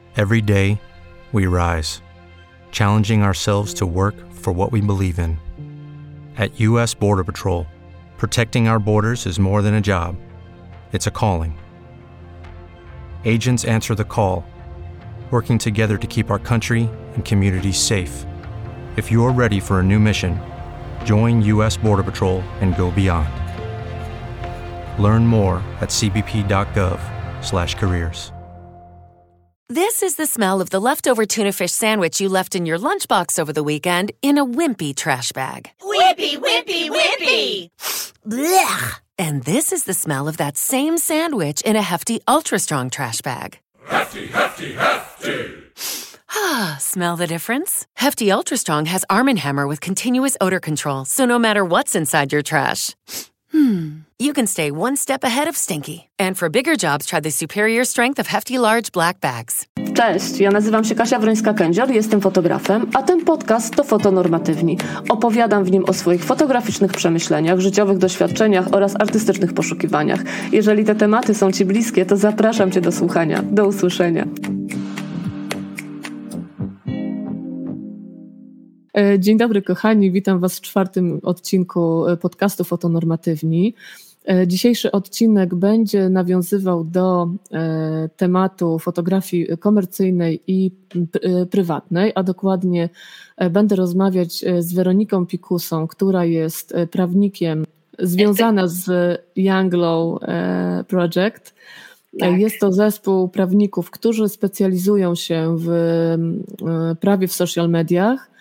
Every day, we rise, challenging ourselves to work for what we believe in. At U.S. Border Patrol, protecting our borders is more than a job. It's a calling. Agents answer the call, working together to keep our country and communities safe. If you're ready for a new mission, join U.S. Border Patrol and go beyond. Learn more at cbp.gov/careers. This is the smell of the leftover tuna fish sandwich you left in your lunchbox over the weekend in a wimpy trash bag. Wimpy, wimpy, wimpy! Blech! And this is the smell of that same sandwich in a Hefty Ultra Strong trash bag. Hefty, hefty, hefty! Ah, smell the difference? Hefty Ultra Strong has Arm & Hammer with continuous odor control, so no matter what's inside your trash, you can stay one step ahead of stinky. And for bigger jobs, try the superior strength of Hefty Large Black Bags. Cześć, ja nazywam się Kasia Wrońska-Kędzior, jestem fotografem, a ten podcast to Fotonormatywni. Opowiadam w nim o swoich fotograficznych przemyśleniach, życiowych doświadczeniach oraz artystycznych poszukiwaniach. Jeżeli te tematy są Ci bliskie, to zapraszam Cię do słuchania. Do usłyszenia. Dzień dobry kochani, witam Was w 4. odcinku podcastu Fotonormatywni. Dzisiejszy odcinek będzie nawiązywał do tematu fotografii komercyjnej i prywatnej, a dokładnie będę rozmawiać z Weroniką Pikusą, która jest prawnikiem związana z Younglow Project. Tak. Jest to zespół prawników, którzy specjalizują się w prawie w social mediach.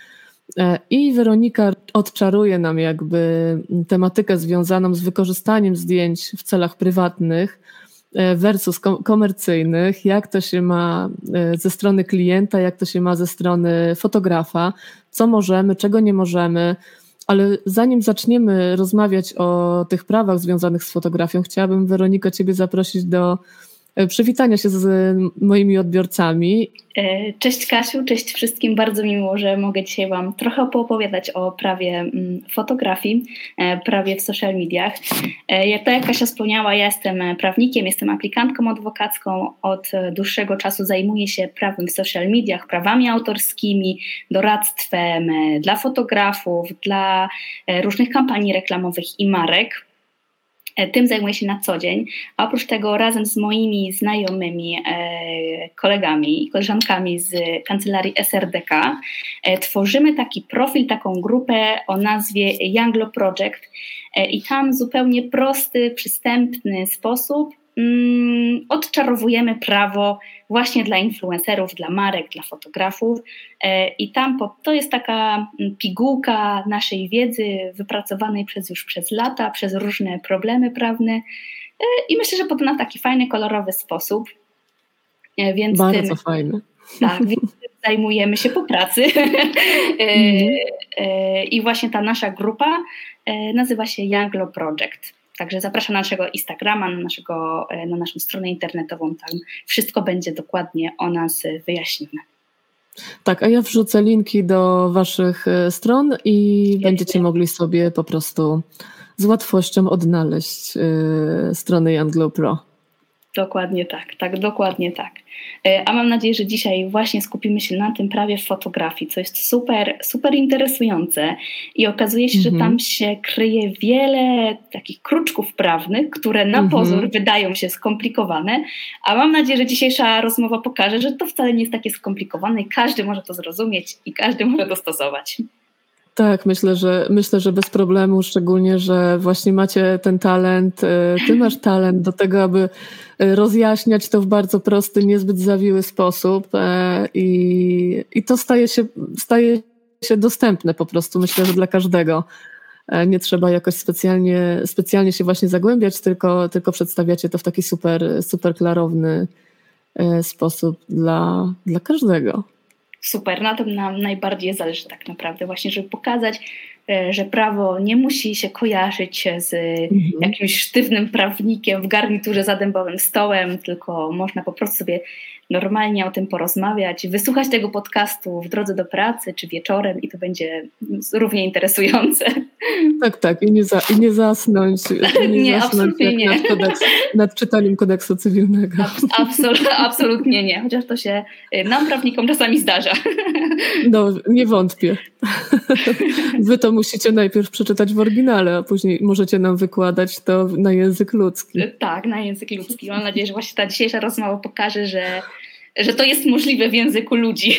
I Weronika odczaruje nam jakby tematykę związaną z wykorzystaniem zdjęć w celach prywatnych versus komercyjnych, jak to się ma ze strony klienta, jak to się ma ze strony fotografa, co możemy, czego nie możemy. Ale zanim zaczniemy rozmawiać o tych prawach związanych z fotografią, chciałabym, Weroniko, Ciebie zaprosić do przywitania się z moimi odbiorcami. Cześć Kasiu, cześć wszystkim. Bardzo mi miło, że mogę dzisiaj Wam trochę poopowiadać o prawie fotografii, prawie w social mediach. Jak Kasia wspomniała, ja jestem prawnikiem, jestem aplikantką adwokacką. Od dłuższego czasu zajmuję się prawem w social mediach, prawami autorskimi, doradztwem dla fotografów, dla różnych kampanii reklamowych i marek. Tym zajmuję się na co dzień, a oprócz tego razem z moimi znajomymi, kolegami i koleżankami z kancelarii SRDK tworzymy taki profil, taką grupę o nazwie Younglow Project i tam w zupełnie prosty, przystępny sposób odczarowujemy prawo właśnie dla influencerów, dla marek, dla fotografów i tam to jest taka pigułka naszej wiedzy wypracowanej już przez lata, przez różne problemy prawne i myślę, że potem na taki fajny, kolorowy sposób. Więc bardzo fajny. Tak, więc zajmujemy się po pracy i właśnie ta nasza grupa nazywa się Younglow Project. Także zapraszam na naszego Instagrama, na naszą stronę internetową. Tam wszystko będzie dokładnie o nas wyjaśnione. Tak, a ja wrzucę linki do Waszych stron i będziecie mogli sobie po prostu z łatwością odnaleźć strony Younglow Pro. Dokładnie tak, dokładnie tak. A mam nadzieję, że dzisiaj właśnie skupimy się na tym prawie w fotografii, co jest super, super interesujące i okazuje się, że tam się kryje wiele takich kruczków prawnych, które na pozór wydają się skomplikowane, a mam nadzieję, że dzisiejsza rozmowa pokaże, że to wcale nie jest takie skomplikowane i każdy może to zrozumieć i każdy może to stosować. Tak, myślę, że bez problemu, szczególnie, że właśnie macie ten talent, ty masz talent do tego, aby rozjaśniać to w bardzo prosty, niezbyt zawiły sposób i to staje się dostępne po prostu, myślę, że dla każdego. Nie trzeba jakoś specjalnie się właśnie zagłębiać, tylko przedstawiacie to w taki super klarowny sposób dla każdego. Super, na tym nam najbardziej zależy tak naprawdę, właśnie żeby pokazać, że prawo nie musi się kojarzyć z jakimś sztywnym prawnikiem w garniturze za dębowym stołem, tylko można po prostu sobie normalnie o tym porozmawiać, wysłuchać tego podcastu w drodze do pracy czy wieczorem i to będzie równie interesujące. Tak. I nie zasnąć. Nie, absolutnie nie. Nad czytaniem kodeksu cywilnego. Absolutnie nie, chociaż to się nam, prawnikom, czasami zdarza. No, nie wątpię. Wy to musicie najpierw przeczytać w oryginale, a później możecie nam wykładać to na język ludzki. Tak, na język ludzki. Mam nadzieję, że właśnie ta dzisiejsza rozmowa pokaże, że to jest możliwe w języku ludzi.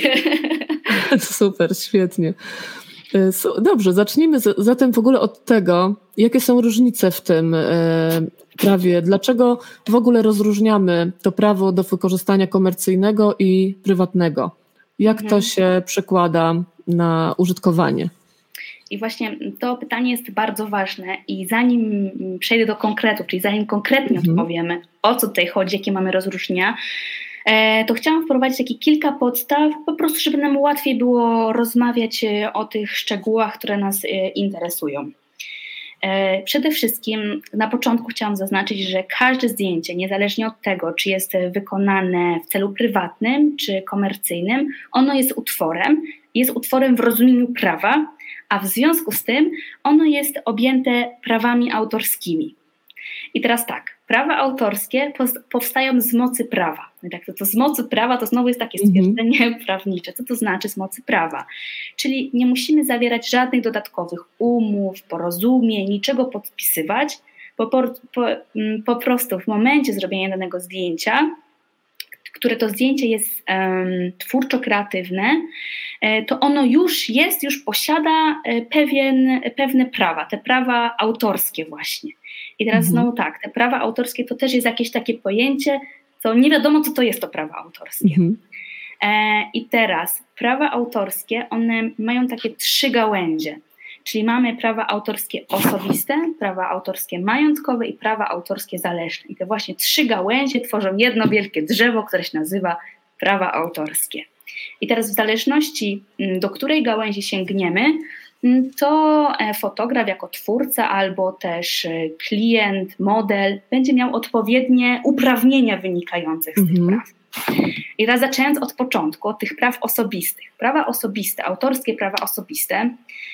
Super, świetnie. Dobrze, zacznijmy zatem w ogóle od tego, jakie są różnice w tym prawie. Dlaczego w ogóle rozróżniamy to prawo do wykorzystania komercyjnego i prywatnego? Jak to się przekłada na użytkowanie? I właśnie to pytanie jest bardzo ważne i zanim przejdę do konkretów, czyli zanim konkretnie odpowiemy, o co tutaj chodzi, jakie mamy rozróżnienia, to chciałam wprowadzić kilka podstaw, po prostu żeby nam łatwiej było rozmawiać o tych szczegółach, które nas interesują. Przede wszystkim na początku chciałam zaznaczyć, że każde zdjęcie, niezależnie od tego, czy jest wykonane w celu prywatnym czy komercyjnym, ono jest utworem w rozumieniu prawa, a w związku z tym ono jest objęte prawami autorskimi. I teraz tak, prawa autorskie powstają z mocy prawa. Tak, to z mocy prawa to znowu jest takie stwierdzenie prawnicze. Co to znaczy z mocy prawa? Czyli nie musimy zawierać żadnych dodatkowych umów, porozumień, niczego podpisywać, po prostu w momencie zrobienia danego zdjęcia, które to zdjęcie jest twórczo-kreatywne, to ono już posiada pewne prawa, te prawa autorskie właśnie. I teraz znowu tak, te prawa autorskie to też jest jakieś takie pojęcie, co nie wiadomo, co to jest to prawa autorskie. I teraz prawa autorskie, one mają takie 3 gałęzie. Czyli mamy prawa autorskie osobiste, prawa autorskie majątkowe i prawa autorskie zależne. I te właśnie 3 gałęzie tworzą jedno wielkie drzewo, które się nazywa prawa autorskie. I teraz w zależności, do której gałęzi sięgniemy, to fotograf jako twórca albo też klient, model będzie miał odpowiednie uprawnienia wynikające z tych praw. I teraz zaczynając od początku, od tych praw osobistych. Prawa osobiste, autorskie prawa osobiste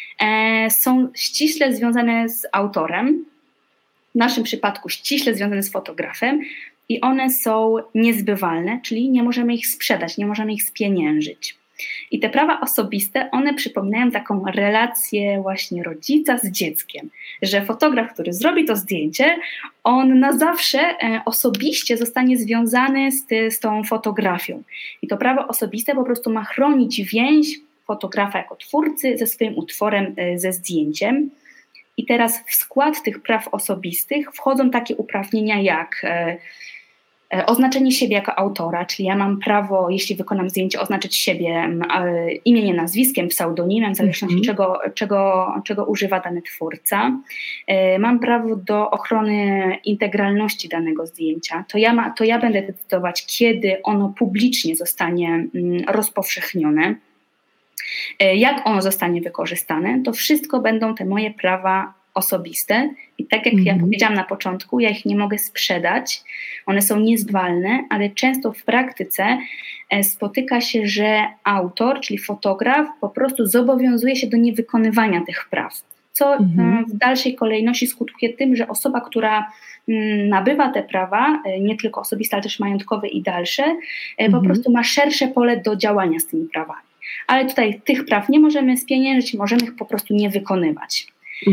są ściśle związane z autorem, w naszym przypadku ściśle związane z fotografem i one są niezbywalne, czyli nie możemy ich sprzedać, nie możemy ich spieniężyć. I te prawa osobiste, one przypominają taką relację właśnie rodzica z dzieckiem, że fotograf, który zrobi to zdjęcie, on na zawsze osobiście zostanie związany z tą fotografią. I to prawo osobiste po prostu ma chronić więź fotografa jako twórcy ze swoim utworem, ze zdjęciem. I teraz w skład tych praw osobistych wchodzą takie uprawnienia jak oznaczenie siebie jako autora, czyli ja mam prawo, jeśli wykonam zdjęcie, oznaczyć siebie imieniem, nazwiskiem, pseudonimem, w zależności czego używa dany twórca. Mam prawo do ochrony integralności danego zdjęcia. To ja będę decydować, kiedy ono publicznie zostanie rozpowszechnione, jak ono zostanie wykorzystane. To wszystko będą te moje prawa osobiste i tak jak ja powiedziałam na początku, ja ich nie mogę sprzedać, one są niezbywalne, ale często w praktyce spotyka się, że autor, czyli fotograf, po prostu zobowiązuje się do niewykonywania tych praw, co w dalszej kolejności skutkuje tym, że osoba, która nabywa te prawa, nie tylko osobiste, ale też majątkowe i dalsze, po prostu ma szersze pole do działania z tymi prawami. Ale tutaj tych praw nie możemy spieniężyć, możemy ich po prostu nie wykonywać.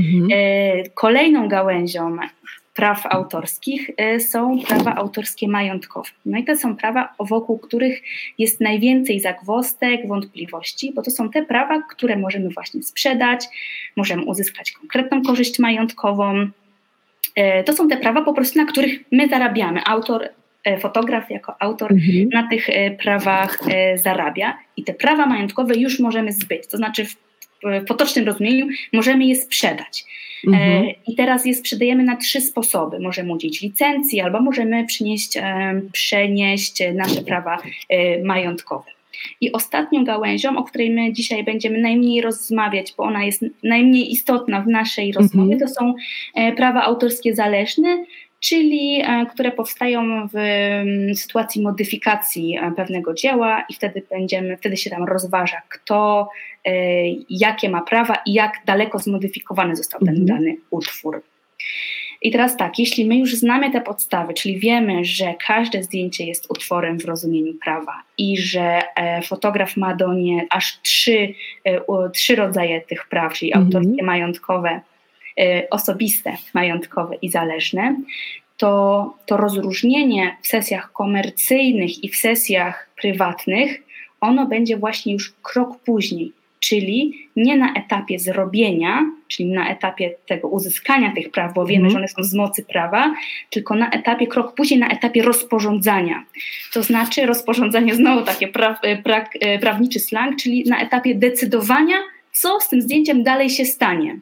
Kolejną gałęzią praw autorskich są prawa autorskie majątkowe. No i to są prawa, wokół których jest najwięcej zagwozdek, wątpliwości, bo to są te prawa, które możemy właśnie sprzedać, możemy uzyskać konkretną korzyść majątkową. To są te prawa po prostu, na których my zarabiamy. Fotograf jako autor na tych prawach zarabia i te prawa majątkowe już możemy zbyć, to znaczy w potocznym rozumieniu możemy je sprzedać. I teraz je sprzedajemy na 3 sposoby. Możemy udzielić licencji albo możemy przenieść nasze prawa majątkowe. I ostatnią gałęzią, o której my dzisiaj będziemy najmniej rozmawiać, bo ona jest najmniej istotna w naszej rozmowie, to są prawa autorskie zależne, czyli które powstają w sytuacji modyfikacji pewnego dzieła i wtedy się tam rozważa, kto, jakie ma prawa i jak daleko zmodyfikowany został ten dany utwór. I teraz tak, jeśli my już znamy te podstawy, czyli wiemy, że każde zdjęcie jest utworem w rozumieniu prawa i że fotograf ma do nie aż trzy rodzaje tych praw, czyli autorskie, majątkowe, osobiste, majątkowe i zależne, to rozróżnienie w sesjach komercyjnych i w sesjach prywatnych, ono będzie właśnie już krok później, czyli nie na etapie zrobienia, czyli na etapie tego uzyskania tych praw, bo wiemy, że one są z mocy prawa, tylko na etapie, krok później, na etapie rozporządzania. To znaczy rozporządzanie, znowu taki prawniczy slang, czyli na etapie decydowania, co z tym zdjęciem dalej się stanie.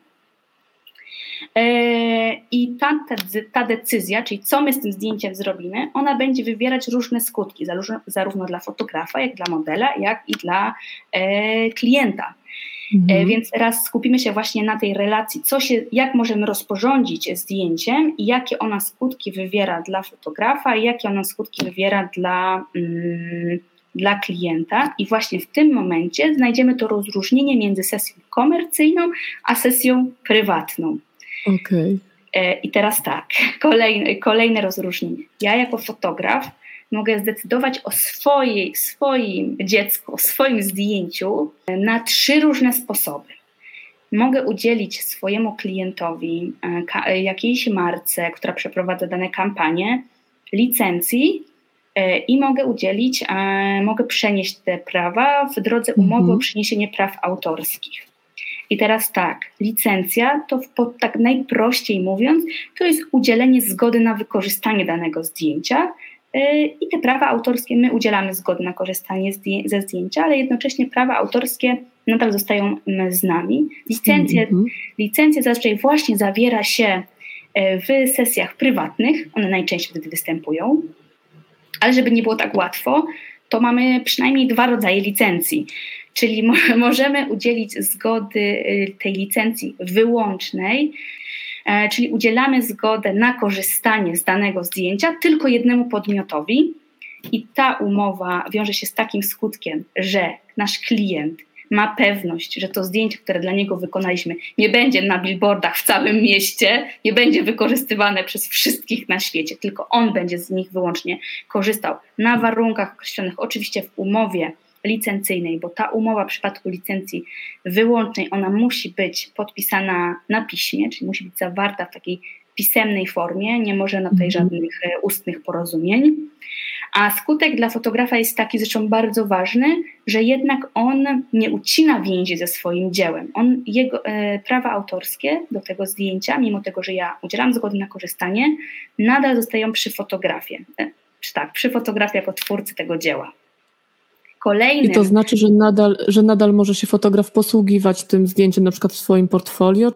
I ta decyzja, czyli co my z tym zdjęciem zrobimy, ona będzie wywierać różne skutki, zarówno dla fotografa, jak dla modela, jak i dla klienta. Więc teraz skupimy się właśnie na tej relacji, jak możemy rozporządzić zdjęciem i jakie ona skutki wywiera dla fotografa i jakie ona skutki wywiera dla klienta. I właśnie w tym momencie znajdziemy to rozróżnienie między sesją komercyjną a sesją prywatną. Okay. I teraz tak, kolejne rozróżnienie. Ja jako fotograf mogę zdecydować o swoim dziecku, o swoim zdjęciu na 3 różne sposoby. Mogę udzielić swojemu klientowi, jakiejś marce, która przeprowadza dane kampanie, licencji i mogę przenieść te prawa w drodze umowy o przeniesienie praw autorskich. I teraz tak, licencja to tak najprościej mówiąc, to jest udzielenie zgody na wykorzystanie danego zdjęcia i te prawa autorskie, my udzielamy zgody na korzystanie ze zdjęcia, ale jednocześnie prawa autorskie nadal zostają z nami. Licencje zazwyczaj właśnie zawiera się w sesjach prywatnych, one najczęściej wtedy występują, ale żeby nie było tak łatwo, to mamy przynajmniej 2 rodzaje licencji. Czyli możemy udzielić zgody tej licencji wyłącznej, czyli udzielamy zgodę na korzystanie z danego zdjęcia tylko jednemu podmiotowi i ta umowa wiąże się z takim skutkiem, że nasz klient ma pewność, że to zdjęcie, które dla niego wykonaliśmy, nie będzie na billboardach w całym mieście, nie będzie wykorzystywane przez wszystkich na świecie, tylko on będzie z nich wyłącznie korzystał na warunkach określonych, oczywiście w umowie licencyjnej, bo ta umowa w przypadku licencji wyłącznej, ona musi być podpisana na piśmie, czyli musi być zawarta w takiej pisemnej formie, nie może na tutaj żadnych ustnych porozumień. A skutek dla fotografa jest taki, zresztą bardzo ważny, że jednak on nie ucina więzi ze swoim dziełem. Jego prawa autorskie do tego zdjęcia, mimo tego, że ja udzielam zgody na korzystanie, nadal zostają przy fotografie. Przy fotografii jako twórcy tego dzieła. I to znaczy, że nadal może się fotograf posługiwać tym zdjęciem na przykład w swoim portfolio?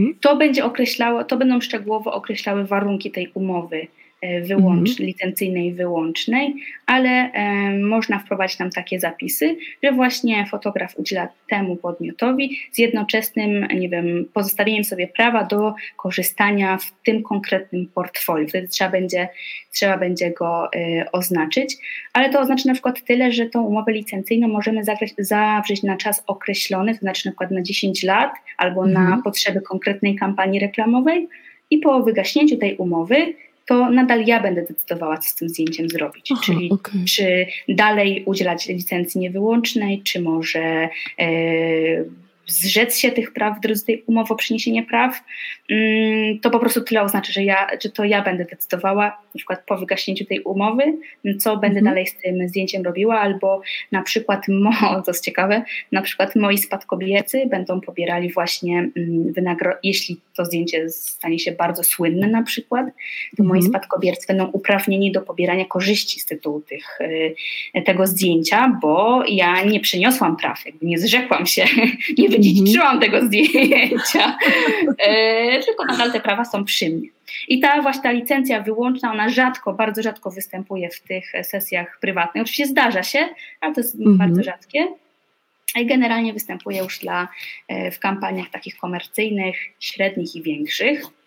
To będą szczegółowo określały warunki tej umowy licencyjnej wyłącznej, ale można wprowadzić tam takie zapisy, że właśnie fotograf udziela temu podmiotowi z jednoczesnym, pozostawieniem sobie prawa do korzystania w tym konkretnym portfolio. Wtedy trzeba będzie go oznaczyć, ale to oznacza na przykład tyle, że tą umowę licencyjną możemy zawrzeć na czas określony, to znaczy na przykład na 10 lat albo na potrzeby konkretnej kampanii reklamowej i po wygaśnięciu tej umowy to nadal ja będę decydowała, co z tym zdjęciem zrobić. Czyli czy dalej udzielać licencji niewyłącznej, czy może zrzec się tych praw w drodze tej umowy o przeniesienie praw, to po prostu tyle oznacza, że to ja będę decydowała, na przykład po wygaśnięciu tej umowy, co będę dalej z tym zdjęciem robiła, albo na przykład, to jest ciekawe, na przykład moi spadkobiercy będą pobierali właśnie jeśli to zdjęcie stanie się bardzo słynne na przykład, to moi spadkobiercy będą uprawnieni do pobierania korzyści z tytułu tego zdjęcia, bo ja nie przyniosłam praw, nie zrzekłam się, nie wydziedziczyłam tego zdjęcia, tylko nadal te prawa są przy mnie. I ta licencja wyłączna, ona bardzo rzadko występuje w tych sesjach prywatnych. Oczywiście zdarza się, ale to jest bardzo rzadkie. I generalnie występuje już w kampaniach takich komercyjnych, średnich i większych.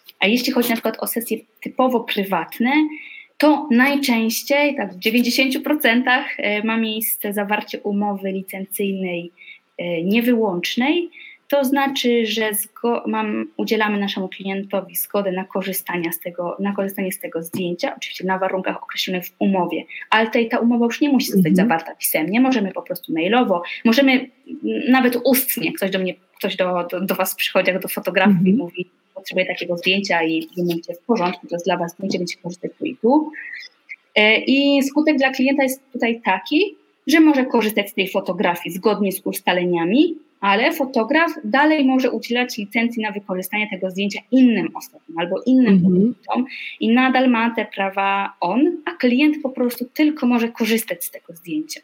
A jeśli chodzi na przykład o sesje typowo prywatne, to najczęściej, tak w 90% ma miejsce zawarcie umowy licencyjnej niewyłącznej. To znaczy, że udzielamy naszemu klientowi zgody na korzystanie z tego zdjęcia, oczywiście na warunkach określonych w umowie, ale ta umowa już nie musi zostać zawarta pisemnie, możemy po prostu mailowo, możemy nawet ustnie, ktoś do was przychodzi, jak do fotografów i mówi, potrzebuję takiego zdjęcia i mówicie w porządku, to jest dla was zdjęcie, będziecie korzystać tu i tu. I skutek dla klienta jest tutaj taki, że może korzystać z tej fotografii zgodnie z ustaleniami, ale fotograf dalej może udzielać licencji na wykorzystanie tego zdjęcia innym osobom albo innym produktom i nadal ma te prawa on, a klient po prostu tylko może korzystać z tego zdjęcia.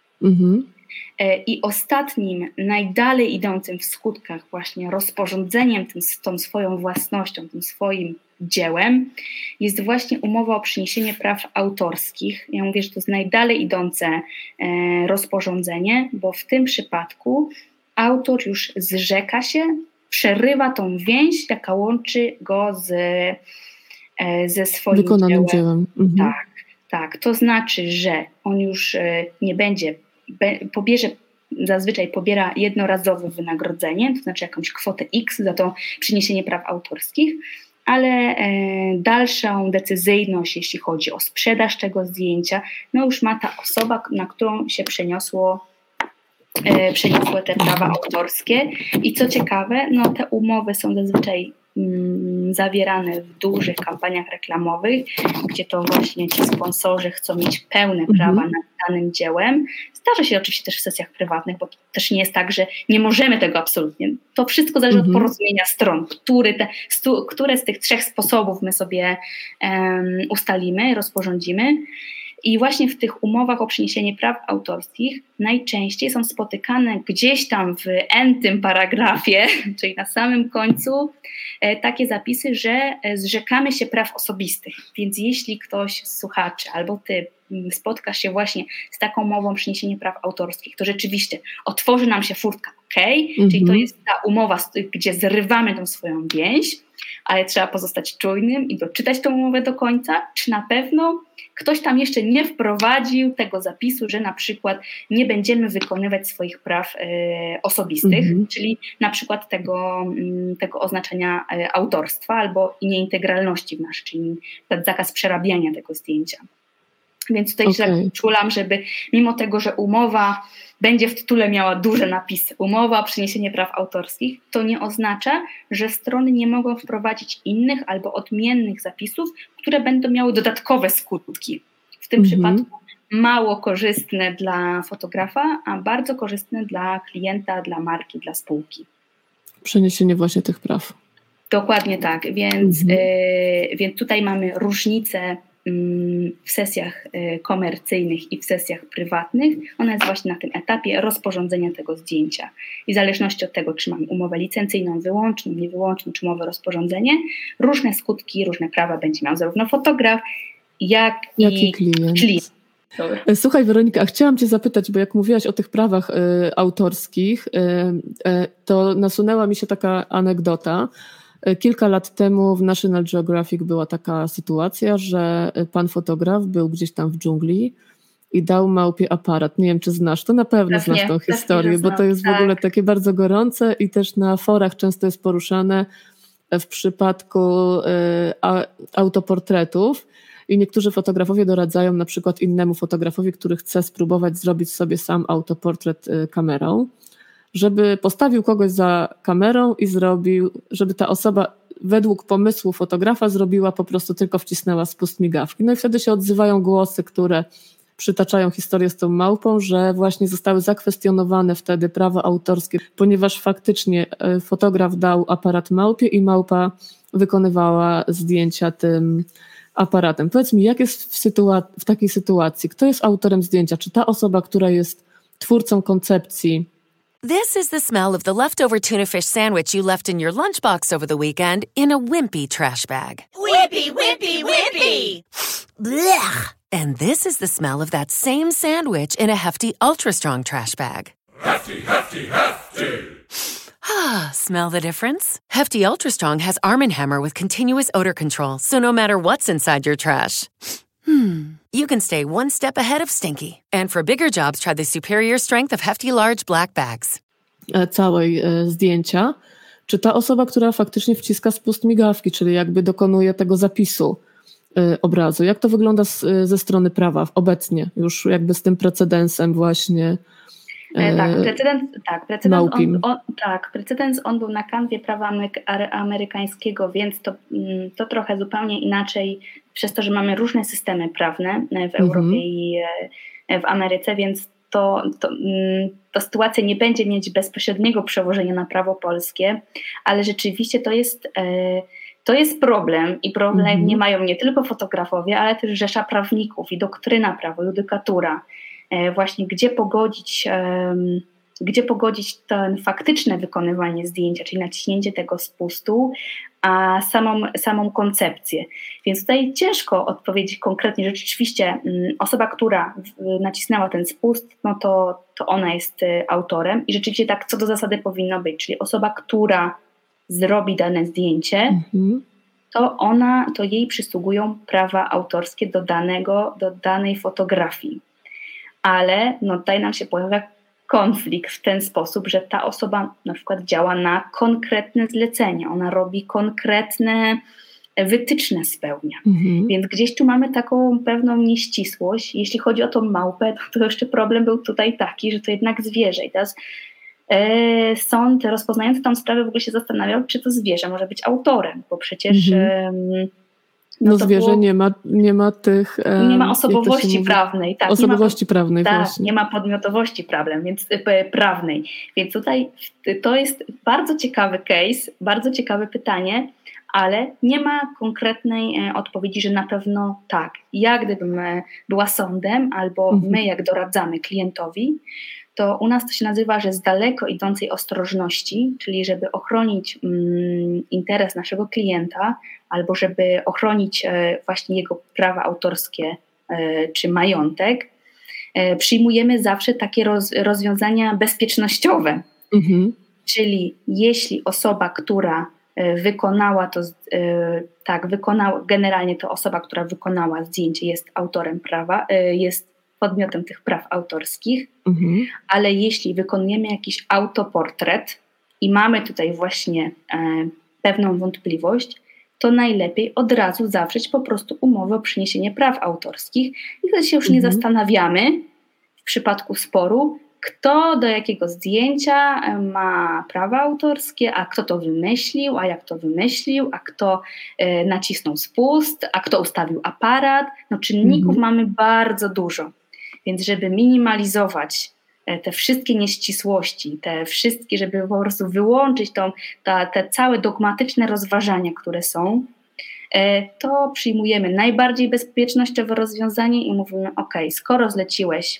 I ostatnim, najdalej idącym w skutkach właśnie rozporządzeniem tą swoją własnością, tym swoim dziełem jest właśnie umowa o przeniesienie praw autorskich. Ja mówię, że to jest najdalej idące rozporządzenie, bo w tym przypadku autor już zrzeka się, przerywa tą więź, jaka łączy go ze swoim wykonanym dziełem. Tak. To znaczy, że on już nie będzie, zazwyczaj pobiera jednorazowe wynagrodzenie, to znaczy jakąś kwotę X za to przeniesienie praw autorskich, ale dalszą decyzyjność, jeśli chodzi o sprzedaż tego zdjęcia, no już ma ta osoba, na którą się przeniosły te prawa autorskie. I co ciekawe, no te umowy są zazwyczaj zawierane w dużych kampaniach reklamowych, gdzie to właśnie ci sponsorzy chcą mieć pełne prawa nad danym dziełem. Zdarza się oczywiście też w sesjach prywatnych, bo to też nie jest tak, że nie możemy tego absolutnie. To wszystko zależy od porozumienia stron, które z tych 3 sposobów my sobie ustalimy, rozporządzimy. I właśnie w tych umowach o przeniesienie praw autorskich najczęściej są spotykane gdzieś tam w n-tym paragrafie, czyli na samym końcu, takie zapisy, że zrzekamy się praw osobistych. Więc jeśli ktoś z słuchaczy albo ty spotkasz się właśnie z taką umową o przeniesienie praw autorskich, to rzeczywiście otworzy nam się furtka, czyli to jest ta umowa, gdzie zrywamy tą swoją więź, ale trzeba pozostać czujnym i doczytać tę umowę do końca, czy na pewno ktoś tam jeszcze nie wprowadził tego zapisu, że na przykład nie będziemy wykonywać swoich praw osobistych, czyli na przykład tego oznaczenia autorstwa albo nieintegralności czyli zakaz przerabiania tego zdjęcia. Więc tutaj się czulam, żeby mimo tego, że umowa będzie w tytule miała duże napisy, umowa o przeniesienie praw autorskich, to nie oznacza, że strony nie mogą wprowadzić innych albo odmiennych zapisów, które będą miały dodatkowe skutki. W tym przypadku mało korzystne dla fotografa, a bardzo korzystne dla klienta, dla marki, dla spółki. Przeniesienie właśnie tych praw. Dokładnie tak, więc tutaj mamy różnicę w sesjach komercyjnych i w sesjach prywatnych. Ona jest właśnie na tym etapie rozporządzenia tego zdjęcia. I w zależności od tego, czy mamy umowę licencyjną, wyłączną, niewyłączną, czy umowę rozporządzenie, różne skutki, różne prawa będzie miał zarówno fotograf, jak i klient. Słuchaj, Weronika, a chciałam cię zapytać, bo jak mówiłaś o tych prawach autorskich, to nasunęła mi się taka anegdota. Kilka lat temu w National Geographic była taka sytuacja, że pan fotograf był gdzieś tam w dżungli i dał małpie aparat. Nie wiem, czy znasz, to na pewno znasz tą historię, bo to jest w ogóle takie bardzo gorące i też na forach często jest poruszane w przypadku autoportretów i niektórzy fotografowie doradzają na przykład innemu fotografowi, który chce spróbować zrobić sobie sam autoportret kamerą, żeby postawił kogoś za kamerą i zrobił, żeby ta osoba według pomysłu fotografa zrobiła po prostu tylko wcisnęła spust migawki. No i wtedy się odzywają głosy, które przytaczają historię z tą małpą, że właśnie zostały zakwestionowane wtedy prawa autorskie, ponieważ faktycznie fotograf dał aparat małpie i małpa wykonywała zdjęcia tym aparatem. Powiedz mi, jak jest w takiej sytuacji? Kto jest autorem zdjęcia? Czy ta osoba, która jest twórcą koncepcji? This is the smell of the leftover tuna fish sandwich you left in your lunchbox over the weekend in a wimpy trash bag. Wimpy, wimpy, wimpy! Blech! And this is the smell of that same sandwich in a hefty, ultra-strong trash bag. Hefty, hefty, hefty! Smell the difference? Hefty Ultra Strong has Arm & Hammer with continuous odor control, so no matter what's inside your trash, you can stay one step ahead of stinky. And for bigger jobs, try the superior strength of Hefty Large Black Bags. Całej zdjęcia, czy ta osoba, która faktycznie wciska spust migawki, czyli jakby dokonuje tego zapisu obrazu, jak to wygląda ze strony prawa obecnie, już jakby z tym precedensem właśnie precedens on był na kanwie prawa amerykańskiego, więc to trochę zupełnie inaczej, przez to, że mamy różne systemy prawne w Europie i w Ameryce, więc to sytuacja nie będzie mieć bezpośredniego przełożenia na prawo polskie, ale rzeczywiście to jest problem i problem nie mają nie tylko fotografowie, ale też rzesza prawników i doktryna prawa, judykatura. Właśnie gdzie pogodzić to faktyczne wykonywanie zdjęcia, czyli naciśnięcie tego spustu, a samą koncepcję. Więc tutaj ciężko odpowiedzieć konkretnie, że rzeczywiście osoba, która nacisnęła ten spust, no to ona jest autorem i rzeczywiście tak co do zasady powinno być, czyli osoba, która zrobi dane zdjęcie, to jej przysługują prawa autorskie do danej fotografii. Ale tutaj nam się pojawia konflikt w ten sposób, że ta osoba na przykład działa na konkretne zlecenia, ona robi konkretne wytyczne spełnia. Więc gdzieś tu mamy taką pewną nieścisłość. Jeśli chodzi o tą małpę, to jeszcze problem był tutaj taki, że to jednak zwierzę. I teraz sąd rozpoznający tą sprawę w ogóle się zastanawiał, czy to zwierzę może być autorem, bo przecież zwierzę nie ma tych... nie ma osobowości prawnej. Tak, osobowości prawnej, tak, właśnie. Nie ma podmiotowości prawnej. Więc tutaj to jest bardzo ciekawy case, bardzo ciekawe pytanie, ale nie ma konkretnej odpowiedzi, że na pewno tak. Ja gdybym była sądem albo my jak doradzamy klientowi, to u nas to się nazywa, że z daleko idącej ostrożności, czyli żeby ochronić interes naszego klienta albo żeby ochronić właśnie jego prawa autorskie czy majątek, przyjmujemy zawsze takie rozwiązania bezpiecznościowe. Czyli jeśli osoba, która wykonała to, generalnie to osoba, która wykonała zdjęcie jest autorem prawa, jest podmiotem tych praw autorskich, ale jeśli wykonujemy jakiś autoportret i mamy tutaj właśnie pewną wątpliwość, to najlepiej od razu zawrzeć po prostu umowę o przeniesienie praw autorskich i wtedy się już nie zastanawiamy w przypadku sporu, kto do jakiego zdjęcia ma prawa autorskie, a kto to wymyślił, a jak to wymyślił, a kto nacisnął spust, a kto ustawił aparat. Czynników mamy bardzo dużo. Więc żeby minimalizować te wszystkie nieścisłości, te wszystkie, żeby po prostu wyłączyć te całe dogmatyczne rozważania, które są, to przyjmujemy najbardziej bezpiecznościowe rozwiązanie i mówimy, skoro zleciłeś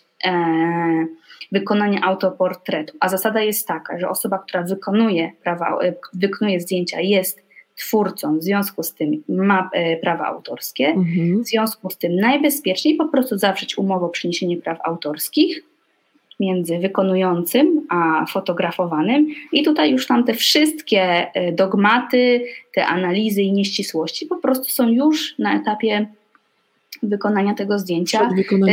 wykonanie autoportretu, a zasada jest taka, że osoba, która wykonuje zdjęcia jest twórcą, w związku z tym ma prawa autorskie, w związku z tym najbezpieczniej po prostu zawrzeć umowę o przeniesienie praw autorskich między wykonującym a fotografowanym i tutaj już tam te wszystkie dogmaty, te analizy i nieścisłości po prostu są już na etapie wykonania tego zdjęcia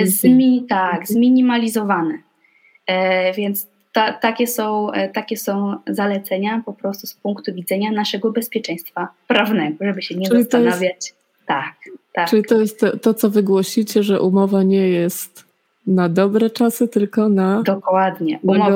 zminimalizowane. Więc takie są zalecenia po prostu z punktu widzenia naszego bezpieczeństwa prawnego, żeby się nie zastanawiać. Tak. Czyli to jest to, co wygłosicie, że umowa nie jest na dobre czasy, tylko na... Dokładnie.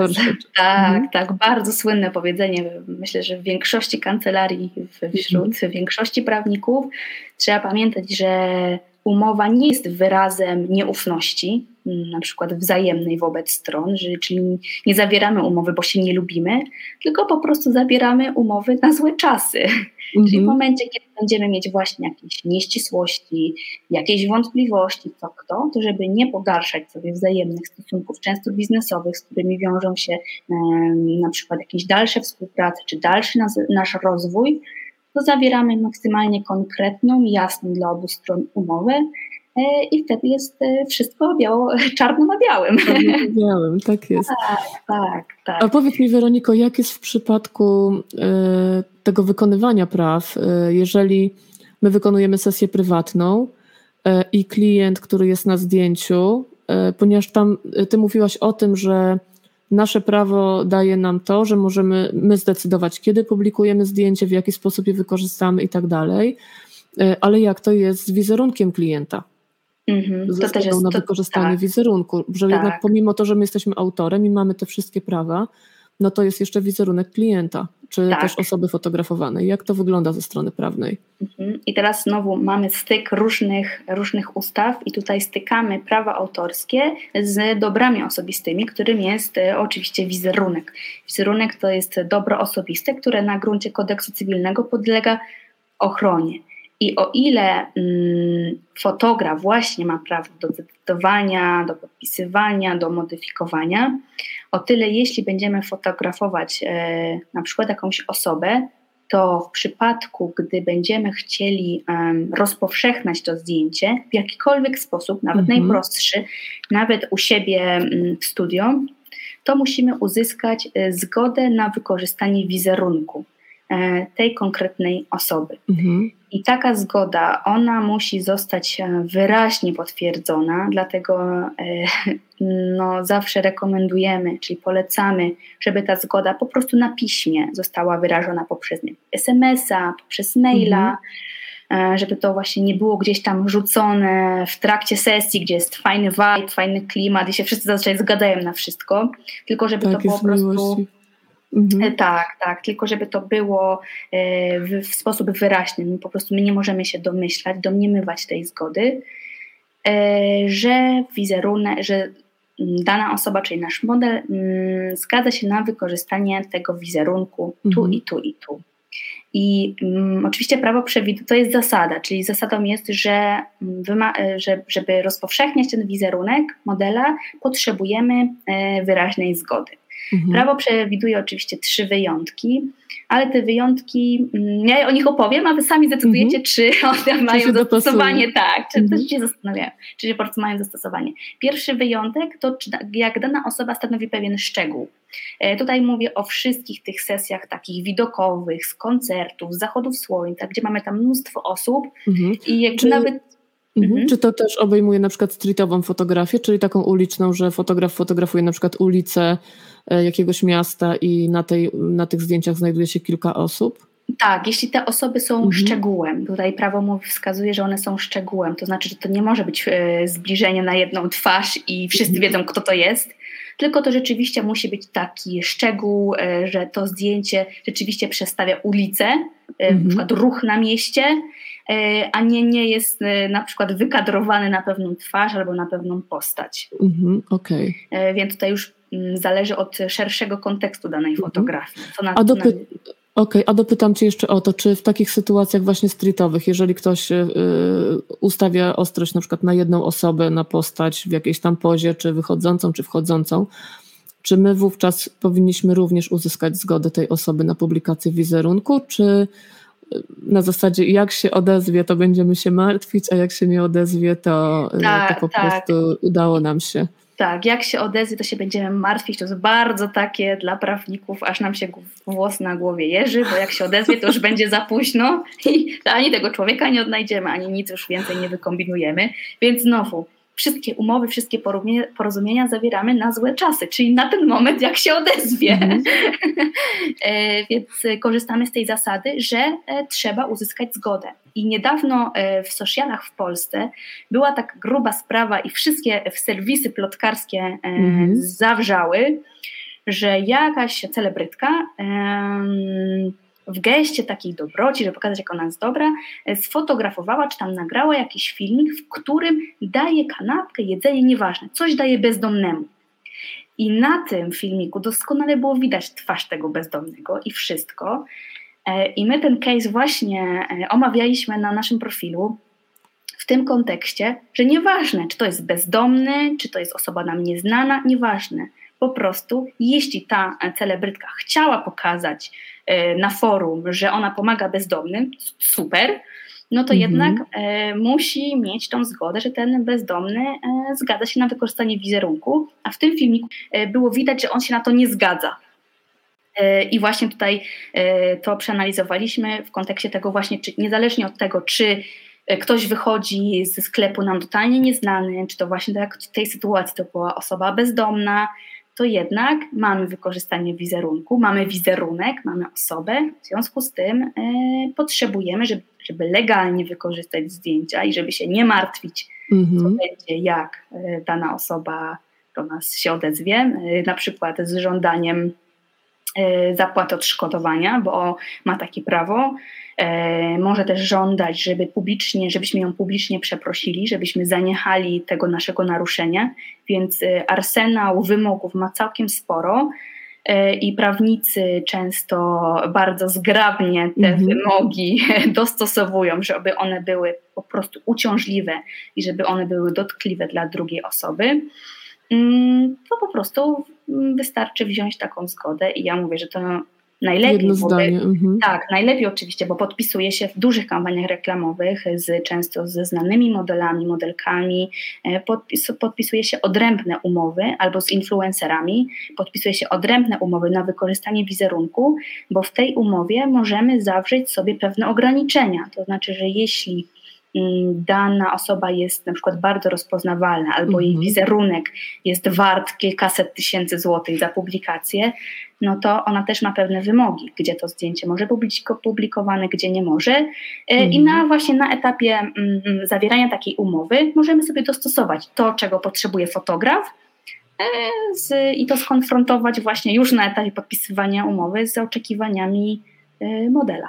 Tak, bardzo słynne powiedzenie. Myślę, że w większości kancelarii, wśród większości prawników trzeba pamiętać, że umowa nie jest wyrazem nieufności, na przykład wzajemnej wobec stron, czyli nie zawieramy umowy, bo się nie lubimy, tylko po prostu zawieramy umowy na złe czasy. Czyli w momencie, kiedy będziemy mieć właśnie jakieś nieścisłości, jakieś wątpliwości, to żeby nie pogarszać sobie wzajemnych stosunków, często biznesowych, z którymi wiążą się na przykład jakieś dalsze współprace, czy dalszy nasz rozwój, to zawieramy maksymalnie konkretną, jasną dla obu stron umowę i wtedy jest wszystko czarno na białym. Czarno na białym, tak jest. Tak. A powiedz mi, Weroniko, jak jest w przypadku tego wykonywania praw, jeżeli my wykonujemy sesję prywatną i klient, który jest na zdjęciu, ponieważ tam ty mówiłaś o tym, że nasze prawo daje nam to, że możemy my zdecydować, kiedy publikujemy zdjęcie, w jaki sposób je wykorzystamy i tak dalej, ale jak to jest z wizerunkiem klienta? To też jest na wykorzystanie wizerunku, że jednak pomimo to, że my jesteśmy autorem i mamy te wszystkie prawa, no to jest jeszcze wizerunek klienta, czy też osoby fotografowanej. Jak to wygląda ze strony prawnej? I teraz znowu mamy styk różnych ustaw i tutaj stykamy prawa autorskie z dobrami osobistymi, którym jest oczywiście wizerunek. Wizerunek to jest dobro osobiste, które na gruncie kodeksu cywilnego podlega ochronie. I o ile fotograf właśnie ma prawo do edytowania, do podpisywania, do modyfikowania, o tyle jeśli będziemy fotografować na przykład jakąś osobę, to w przypadku, gdy będziemy chcieli rozpowszechniać to zdjęcie w jakikolwiek sposób, nawet najprostszy, nawet u siebie w studio, to musimy uzyskać zgodę na wykorzystanie wizerunku tej konkretnej osoby. I taka zgoda, ona musi zostać wyraźnie potwierdzona, dlatego zawsze rekomendujemy, czyli polecamy, żeby ta zgoda po prostu na piśmie została wyrażona poprzez SMS-a, poprzez maila, żeby to właśnie nie było gdzieś tam rzucone w trakcie sesji, gdzie jest fajny vibe, fajny klimat i się wszyscy zazwyczaj zgadzają na wszystko, tylko żeby to po prostu... Tak, tylko żeby to było w sposób wyraźny. Po prostu my nie możemy się domniemywać tej zgody, że że dana osoba, czyli nasz model, zgadza się na wykorzystanie tego wizerunku tu i tu i tu. I oczywiście prawo przewiduje, to jest zasada, czyli zasadą jest, że żeby rozpowszechniać ten wizerunek modela, potrzebujemy wyraźnej zgody. Prawo przewiduje oczywiście 3 wyjątki, ale te wyjątki, ja o nich opowiem, a wy sami zdecydujecie, czy one mają zastosowanie, czy się zastanawiają, czy po prostu mają zastosowanie. Pierwszy wyjątek to jak dana osoba stanowi pewien szczegół. Tutaj mówię o wszystkich tych sesjach takich widokowych, z koncertów, z zachodów słońca, gdzie mamy tam mnóstwo osób i jakby nawet... Czy to też obejmuje na przykład streetową fotografię, czyli taką uliczną, że fotograf fotografuje na przykład ulicę jakiegoś miasta i na tych zdjęciach znajduje się kilka osób? Tak, jeśli te osoby są szczegółem, tutaj prawo wskazuje, że one są szczegółem, to znaczy, że to nie może być zbliżenie na jedną twarz i wszyscy wiedzą, kto to jest, tylko to rzeczywiście musi być taki szczegół, że to zdjęcie rzeczywiście przedstawia ulicę, na przykład ruch na mieście, a nie jest na przykład wykadrowany na pewną twarz albo na pewną postać. Okej. Więc tutaj już zależy od szerszego kontekstu danej fotografii. A dopytam cię jeszcze o to, czy w takich sytuacjach właśnie streetowych, jeżeli ktoś ustawia ostrość na przykład na jedną osobę, na postać w jakiejś tam pozie, czy wychodzącą, czy wchodzącą, czy my wówczas powinniśmy również uzyskać zgodę tej osoby na publikację wizerunku, czy na zasadzie jak się odezwie, to będziemy się martwić, a jak się nie odezwie, to po prostu udało nam się. Tak, jak się odezwie, to się będziemy martwić. To jest bardzo takie dla prawników, aż nam się włos na głowie jeży, bo jak się odezwie, to już będzie za późno i ani tego człowieka nie odnajdziemy, ani nic już więcej nie wykombinujemy. Więc znowu, wszystkie umowy, wszystkie porozumienia zawieramy na złe czasy, czyli na ten moment, jak się odezwie. Więc korzystamy z tej zasady, że trzeba uzyskać zgodę. I niedawno w socialach w Polsce była tak gruba sprawa i wszystkie serwisy plotkarskie zawrzały, że jakaś celebrytka w geście takiej dobroci, żeby pokazać, jak ona jest dobra, sfotografowała, czy tam nagrała jakiś filmik, w którym daje kanapkę, jedzenie, nieważne, coś daje bezdomnemu. I na tym filmiku doskonale było widać twarz tego bezdomnego i wszystko. I my ten case właśnie omawialiśmy na naszym profilu w tym kontekście, że nieważne, czy to jest bezdomny, czy to jest osoba nam nieznana, nieważne. Po prostu, jeśli ta celebrytka chciała pokazać na forum, że ona pomaga bezdomnym, super, no to jednak musi mieć tą zgodę, że ten bezdomny zgadza się na wykorzystanie wizerunku, a w tym filmiku było widać, że on się na to nie zgadza. I właśnie tutaj to przeanalizowaliśmy w kontekście tego właśnie, czy niezależnie od tego, czy ktoś wychodzi ze sklepu nam totalnie nieznany, czy to właśnie tak jak w tej sytuacji to była osoba bezdomna, to jednak mamy wykorzystanie wizerunku, mamy wizerunek, mamy osobę, w związku z tym potrzebujemy, żeby legalnie wykorzystać zdjęcia i żeby się nie martwić, co będzie, jak dana osoba do nas się odezwie, na przykład z żądaniem zapłaty odszkodowania, bo ma takie prawo. Może też żądać, żebyśmy ją publicznie przeprosili, żebyśmy zaniechali tego naszego naruszenia, więc arsenał wymogów ma całkiem sporo i prawnicy często bardzo zgrabnie te wymogi dostosowują, żeby one były po prostu uciążliwe i żeby one były dotkliwe dla drugiej osoby. To po prostu wystarczy wziąć taką zgodę i ja mówię, że to najlepiej. Jedno zdanie. Tak, najlepiej oczywiście, bo podpisuje się w dużych kampaniach reklamowych często ze znanymi modelami, modelkami, podpisuje się odrębne umowy albo z influencerami, podpisuje się odrębne umowy na wykorzystanie wizerunku, bo w tej umowie możemy zawrzeć sobie pewne ograniczenia, to znaczy, że jeśli dana osoba jest na przykład bardzo rozpoznawalna albo jej wizerunek jest wart kilkaset tysięcy złotych za publikację, no to ona też ma pewne wymogi, gdzie to zdjęcie może być publikowane, gdzie nie może. I właśnie na etapie zawierania takiej umowy możemy sobie dostosować to, czego potrzebuje fotograf i to skonfrontować właśnie już na etapie podpisywania umowy z oczekiwaniami modela.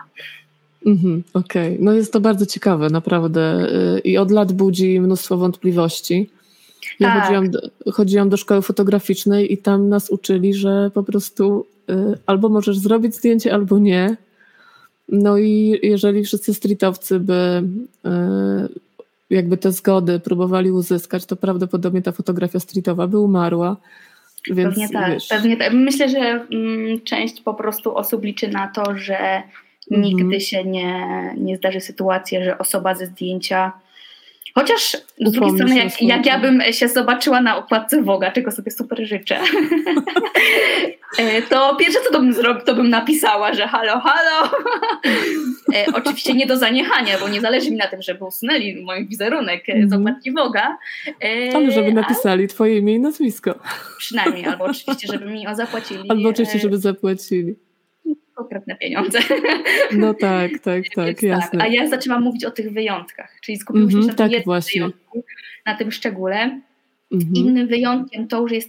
Okej. No jest to bardzo ciekawe, naprawdę. I od lat budzi mnóstwo wątpliwości. Ja chodziłam do szkoły fotograficznej i tam nas uczyli, że po prostu albo możesz zrobić zdjęcie, albo nie. No i jeżeli wszyscy streetowcy by jakby te zgody próbowali uzyskać, to prawdopodobnie ta fotografia streetowa by umarła. Więc, pewnie tak. Myślę, że część po prostu osób liczy na to, że nigdy się nie zdarzy sytuacja, że osoba ze zdjęcia, chociaż z drugiej strony jak ja bym się zobaczyła na okładce Vogue'a, czego sobie super życzę, to pierwsze co to bym zrobiła, to bym napisała, że halo. Oczywiście nie do zaniechania, bo nie zależy mi na tym, żeby usunęli mój wizerunek z okładki Vogue'a. Ale żeby napisali twoje imię i nazwisko. Przynajmniej, albo oczywiście, żeby mi zapłacili. Albo oczywiście, żeby zapłacili. Konkretne pieniądze. No tak, jasne. A ja zaczęłam mówić o tych wyjątkach, czyli skupiłyśmy się na tym jednym wyjątku, na tym szczególe. Innym wyjątkiem to już jest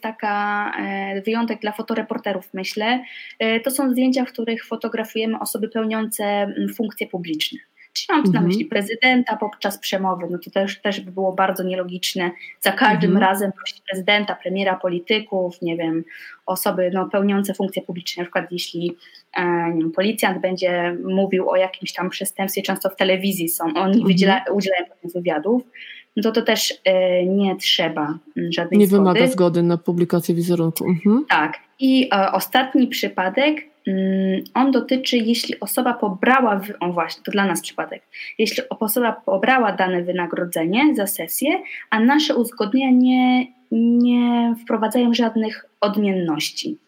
wyjątek dla fotoreporterów, myślę. To są zdjęcia, w których fotografujemy osoby pełniące funkcje publiczne. Czyli mam tu na myśli prezydenta podczas przemowy, no to też by było bardzo nielogiczne za każdym razem prosić prezydenta, premiera, polityków, nie wiem, osoby pełniące funkcje publiczne, na przykład jeśli policjant będzie mówił o jakimś tam przestępstwie, często w telewizji oni udzielają pewnych wywiadów, no to też nie trzeba żadnej nie zgody. Nie wymaga zgody na publikację wizerunku. Tak. I ostatni przypadek, on dotyczy, jeśli osoba pobrała, właśnie, to dla nas przypadek, jeśli osoba pobrała dane wynagrodzenie za sesję, a nasze uzgodnienia nie wprowadzają żadnych odmienności.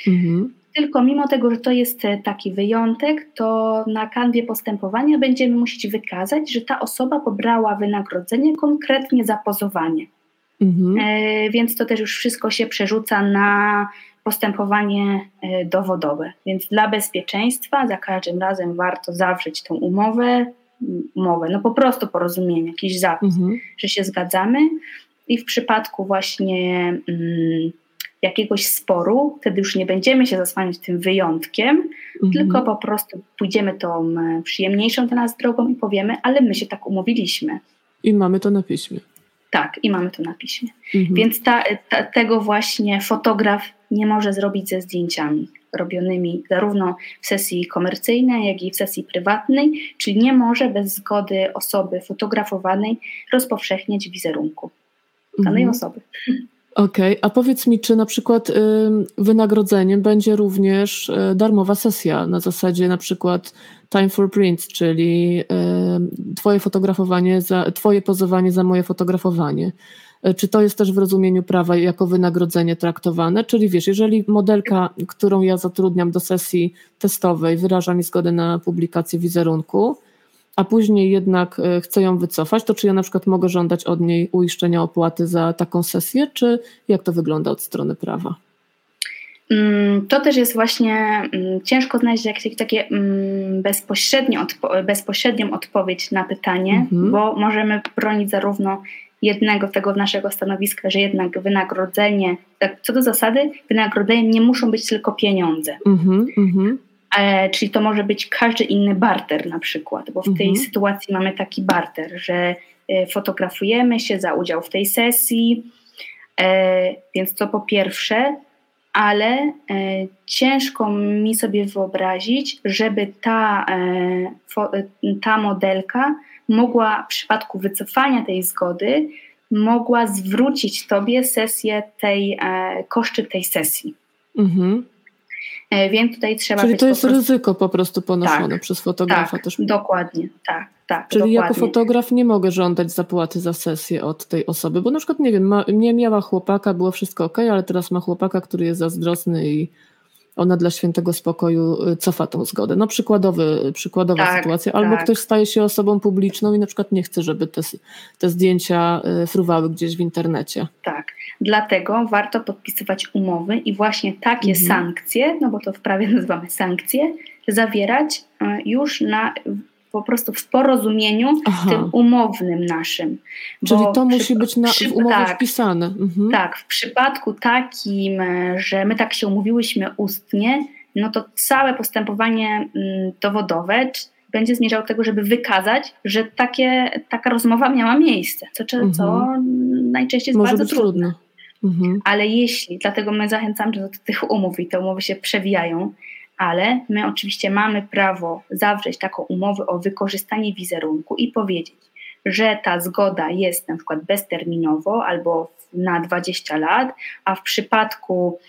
Tylko mimo tego, że to jest taki wyjątek, to na kanwie postępowania będziemy musieć wykazać, że ta osoba pobrała wynagrodzenie konkretnie za pozowanie. Więc to też już wszystko się przerzuca na postępowanie dowodowe. Więc dla bezpieczeństwa za każdym razem warto zawrzeć tą umowę, no po prostu porozumienie, jakiś zapis, że się zgadzamy i w przypadku właśnie jakiegoś sporu, wtedy już nie będziemy się zasłaniać tym wyjątkiem, tylko po prostu pójdziemy tą przyjemniejszą dla nas drogą i powiemy, ale my się tak umówiliśmy. I mamy to na piśmie. Tak, i mamy to na piśmie. Więc tego właśnie fotograf nie może zrobić ze zdjęciami robionymi zarówno w sesji komercyjnej, jak i w sesji prywatnej, czyli nie może bez zgody osoby fotografowanej rozpowszechniać wizerunku danej osoby. Okej, a powiedz mi, czy na przykład wynagrodzeniem będzie również darmowa sesja na zasadzie na przykład time for print, czyli twoje pozowanie za moje fotografowanie. Czy to jest też w rozumieniu prawa jako wynagrodzenie traktowane? Czyli wiesz, jeżeli modelka, którą ja zatrudniam do sesji testowej, wyraża mi zgodę na publikację wizerunku, a później jednak chcę ją wycofać, to czy ja na przykład mogę żądać od niej uiszczenia opłaty za taką sesję, czy jak to wygląda od strony prawa? To też jest właśnie ciężko znaleźć jakieś takie bezpośrednią odpowiedź na pytanie, bo możemy bronić zarówno jednego tego naszego stanowiska, że jednak wynagrodzenie, tak co do zasady, wynagrodzeniem nie muszą być tylko pieniądze. Czyli to może być każdy inny barter na przykład, bo w tej sytuacji mamy taki barter, że fotografujemy się za udział w tej sesji, więc to po pierwsze, ale ciężko mi sobie wyobrazić, żeby ta modelka mogła w przypadku wycofania tej zgody mogła zwrócić tobie koszty tej sesji. Więc tutaj trzeba Czyli być to jest ryzyko po prostu ponoszone przez fotografa tak, też. Dokładnie, tak. Czyli dokładnie. jako fotograf nie mogę żądać zapłaty za sesję od tej osoby, bo na przykład nie wiem, nie miała chłopaka, było wszystko okej, ale teraz ma chłopaka, który jest zazdrosny i ona dla świętego spokoju cofa tą zgodę. No przykładowa sytuacja. Albo ktoś staje się osobą publiczną i na przykład nie chce, żeby te zdjęcia fruwały gdzieś w internecie. Tak. Dlatego warto podpisywać umowy i właśnie takie sankcje, no bo to w prawie nazywamy sankcje, zawierać już po prostu w porozumieniu tym umownym naszym. Czyli to musi być w umowie wpisane. Tak, w przypadku takim, że my tak się umówiłyśmy ustnie, no to całe postępowanie dowodowe będzie zmierzało do tego, żeby wykazać, że taka rozmowa miała miejsce, co najczęściej jest może bardzo być trudne. Ale dlatego my zachęcamy do tych umów i te umowy się przewijają, ale my oczywiście mamy prawo zawrzeć taką umowę o wykorzystanie wizerunku i powiedzieć, że ta zgoda jest na przykład bezterminowo albo na 20 lat, a w przypadku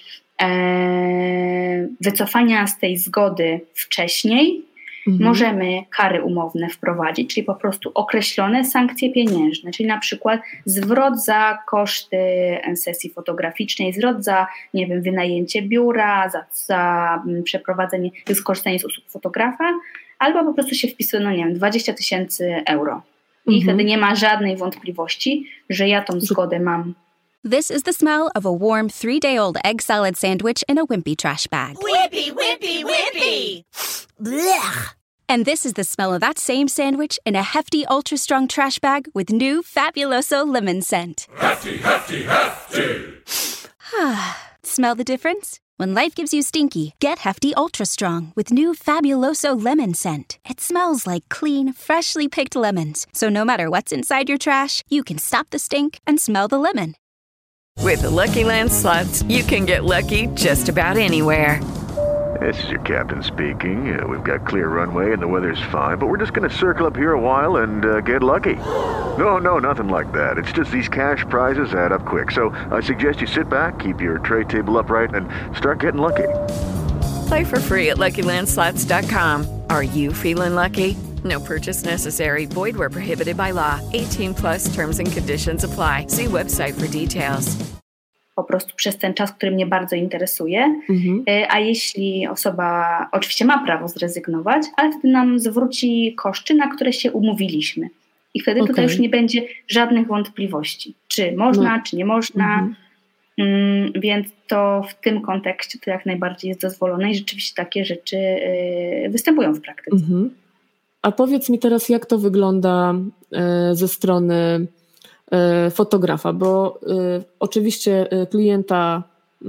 wycofania z tej zgody wcześniej możemy kary umowne wprowadzić, czyli po prostu określone sankcje pieniężne, czyli na przykład zwrot za koszty sesji fotograficznej, zwrot za, nie wiem, wynajęcie biura, za przeprowadzenie, skorzystanie z usług fotografa, albo po prostu się wpisuje, 20 000 euro. I wtedy nie ma żadnej wątpliwości, że ja tą zgodę mam. This is the smell of a warm 3-day-old egg salad sandwich in a Wimpy trash bag. Wimpy, Wimpy, Wimpy! Blech! And this is the smell of that same sandwich in a hefty, ultra-strong trash bag with new Fabuloso lemon scent. Hefty, hefty, hefty! Smell the difference? When life gives you stinky, get Hefty Ultra Strong with new Fabuloso lemon scent. It smells like clean, freshly picked lemons. So no matter what's inside your trash, you can stop the stink and smell the lemon. With the Lucky Land Slots, you can get lucky just about anywhere. This is your captain speaking. We've got clear runway and the weather's fine, but we're just going to circle up here a while and get lucky. No, nothing like that. It's just these cash prizes add up quick. So I suggest you sit back, keep your tray table upright, and start getting lucky. Play for free at LuckyLandSlots.com. Are you feeling lucky? No purchase necessary. Void where prohibited by law. 18+ terms and conditions apply. See website for details. Po prostu przez ten czas, który mnie bardzo interesuje, a jeśli osoba oczywiście ma prawo zrezygnować, ale wtedy nam zwróci koszty, na które się umówiliśmy. I wtedy tutaj już nie będzie żadnych wątpliwości, czy można, czy nie można. Więc to w tym kontekście to jak najbardziej jest dozwolone i rzeczywiście takie rzeczy występują w praktyce. A powiedz mi teraz, jak to wygląda ze strony fotografa, bo oczywiście klienta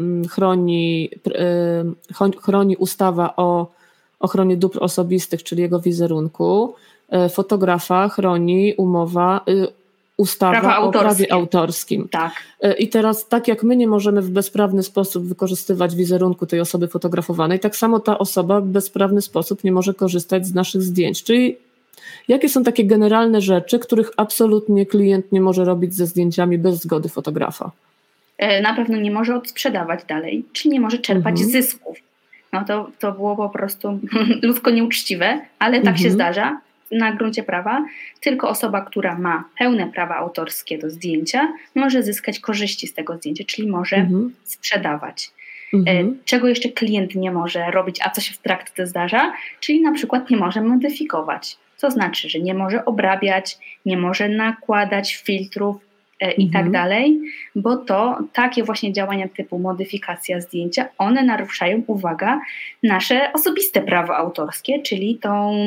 chroni ustawa o ochronie dóbr osobistych, czyli jego wizerunku. Fotografa chroni ustawa o prawie autorskim. Tak. I teraz tak jak my nie możemy w bezprawny sposób wykorzystywać wizerunku tej osoby fotografowanej, tak samo ta osoba w bezprawny sposób nie może korzystać z naszych zdjęć. Czyli jakie są takie generalne rzeczy, których absolutnie klient nie może robić ze zdjęciami bez zgody fotografa? na pewno nie może odsprzedawać dalej, czyli nie może czerpać zysków. No to było po prostu ludzko nieuczciwe, ale tak się zdarza na gruncie prawa. Tylko osoba, która ma pełne prawa autorskie do zdjęcia, może zyskać korzyści z tego zdjęcia, czyli może sprzedawać. Czego jeszcze klient nie może robić, a co się w praktyce zdarza, czyli na przykład nie może modyfikować. To znaczy, że nie może obrabiać, nie może nakładać filtrów i tak dalej, bo to takie właśnie działania typu modyfikacja zdjęcia, one naruszają, uwaga, nasze osobiste prawo autorskie, czyli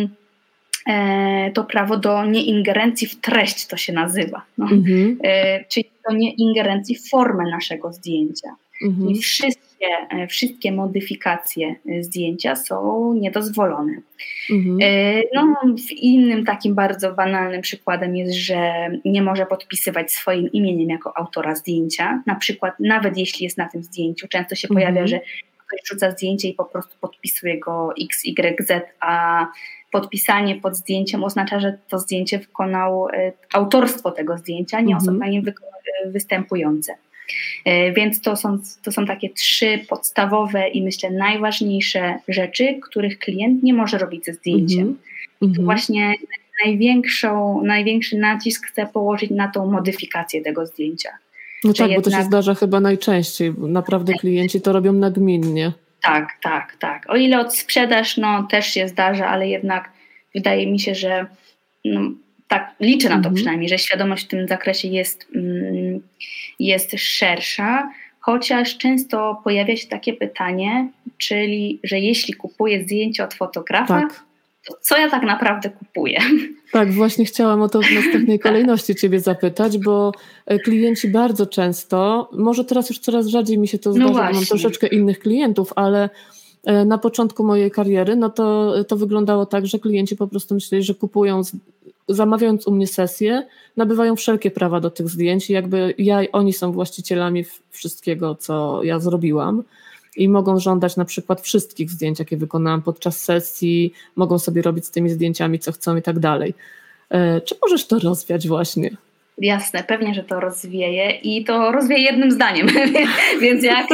to prawo do nieingerencji w treść, to się nazywa. Czyli do nieingerencji w formę naszego zdjęcia. I wszystkie modyfikacje zdjęcia są niedozwolone. Innym takim bardzo banalnym przykładem jest, że nie może podpisywać swoim imieniem jako autora zdjęcia. Na przykład nawet jeśli jest na tym zdjęciu, często się pojawia, że ktoś rzuca zdjęcie i po prostu podpisuje go XYZ, a podpisanie pod zdjęciem oznacza, że to zdjęcie wykonał autorstwo tego zdjęcia, nie osoba na nim występujące. Więc to są takie 3 podstawowe i myślę najważniejsze rzeczy, których klient nie może robić ze zdjęciem. To właśnie największy nacisk chcę położyć na tą modyfikację tego zdjęcia. No tak, bo to się zdarza chyba najczęściej. Naprawdę klienci to robią nagminnie. Tak. O ile odsprzedaż, też się zdarza, ale jednak wydaje mi się, że tak, liczę na to przynajmniej, że świadomość w tym zakresie jest szersza, chociaż często pojawia się takie pytanie, czyli, że jeśli kupuję zdjęcie od fotografa, to co ja tak naprawdę kupuję? Tak, właśnie chciałam o to w następnej kolejności Ciebie zapytać, bo klienci bardzo często, może teraz już coraz rzadziej mi się to zdarza, bo mam troszeczkę innych klientów, ale na początku mojej kariery, to wyglądało tak, że klienci po prostu myśleli, że kupują, zamawiając u mnie sesję, nabywają wszelkie prawa do tych zdjęć i jakby oni są właścicielami wszystkiego, co ja zrobiłam i mogą żądać na przykład wszystkich zdjęć, jakie wykonałam podczas sesji, mogą sobie robić z tymi zdjęciami, co chcą i tak dalej. Czy możesz to rozwiać właśnie? Jasne, pewnie, że to rozwieje i to rozwieje jednym zdaniem, więc jak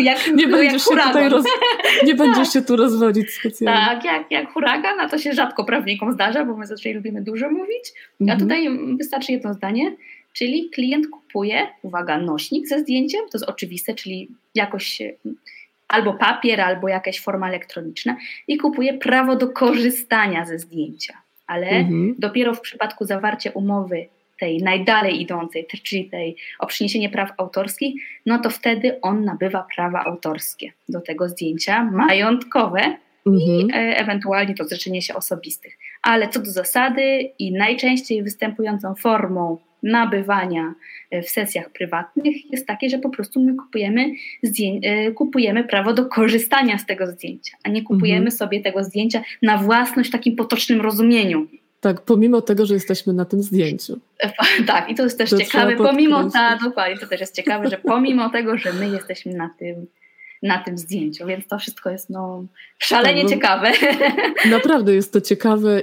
nie będziesz się tu rozwodzić specjalnie. Tak, jak huragan, a to się rzadko prawnikom zdarza, bo my zazwyczaj lubimy dużo mówić, a tutaj wystarczy jedno zdanie, czyli klient kupuje, uwaga, nośnik ze zdjęciem, to jest oczywiste, czyli jakoś albo papier, albo jakaś forma elektroniczna i kupuje prawo do korzystania ze zdjęcia, ale dopiero w przypadku zawarcia umowy tej najdalej idącej, czyli tej o przyniesienie praw autorskich, to wtedy on nabywa prawa autorskie do tego zdjęcia, majątkowe i ewentualnie to zrzeczenie się osobistych. Ale co do zasady i najczęściej występującą formą nabywania w sesjach prywatnych jest takie, że po prostu my kupujemy prawo do korzystania z tego zdjęcia, a nie kupujemy sobie tego zdjęcia na własność w takim potocznym rozumieniu. Tak, pomimo tego, że jesteśmy na tym zdjęciu. Tak, i to jest też ciekawe, dokładnie, to też jest ciekawe, że pomimo tego, że my jesteśmy na tym zdjęciu, więc to wszystko jest szalenie ciekawe. Naprawdę jest to ciekawe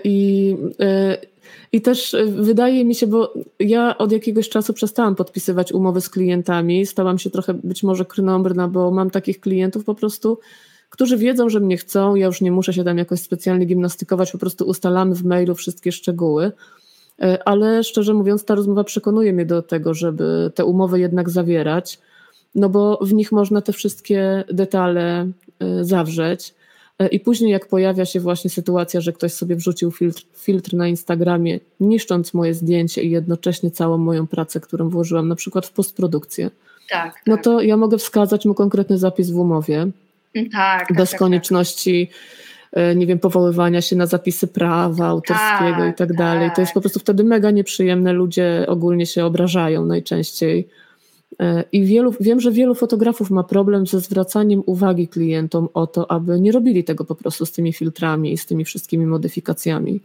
i też wydaje mi się, bo ja od jakiegoś czasu przestałam podpisywać umowy z klientami, stałam się trochę być może krnąbrna, bo mam takich klientów po prostu, którzy wiedzą, że mnie chcą, ja już nie muszę się tam jakoś specjalnie gimnastykować, po prostu ustalamy w mailu wszystkie szczegóły, ale szczerze mówiąc ta rozmowa przekonuje mnie do tego, żeby te umowy jednak zawierać, bo w nich można te wszystkie detale zawrzeć i później jak pojawia się właśnie sytuacja, że ktoś sobie wrzucił filtr na Instagramie, niszcząc moje zdjęcie i jednocześnie całą moją pracę, którą włożyłam na przykład w postprodukcję, to ja mogę wskazać mu konkretny zapis w umowie, bez konieczności, nie wiem, powoływania się na zapisy prawa autorskiego i tak dalej. To jest po prostu wtedy mega nieprzyjemne, ludzie ogólnie się obrażają najczęściej. I wiem, że wielu fotografów ma problem ze zwracaniem uwagi klientom o to, aby nie robili tego po prostu z tymi filtrami i z tymi wszystkimi modyfikacjami.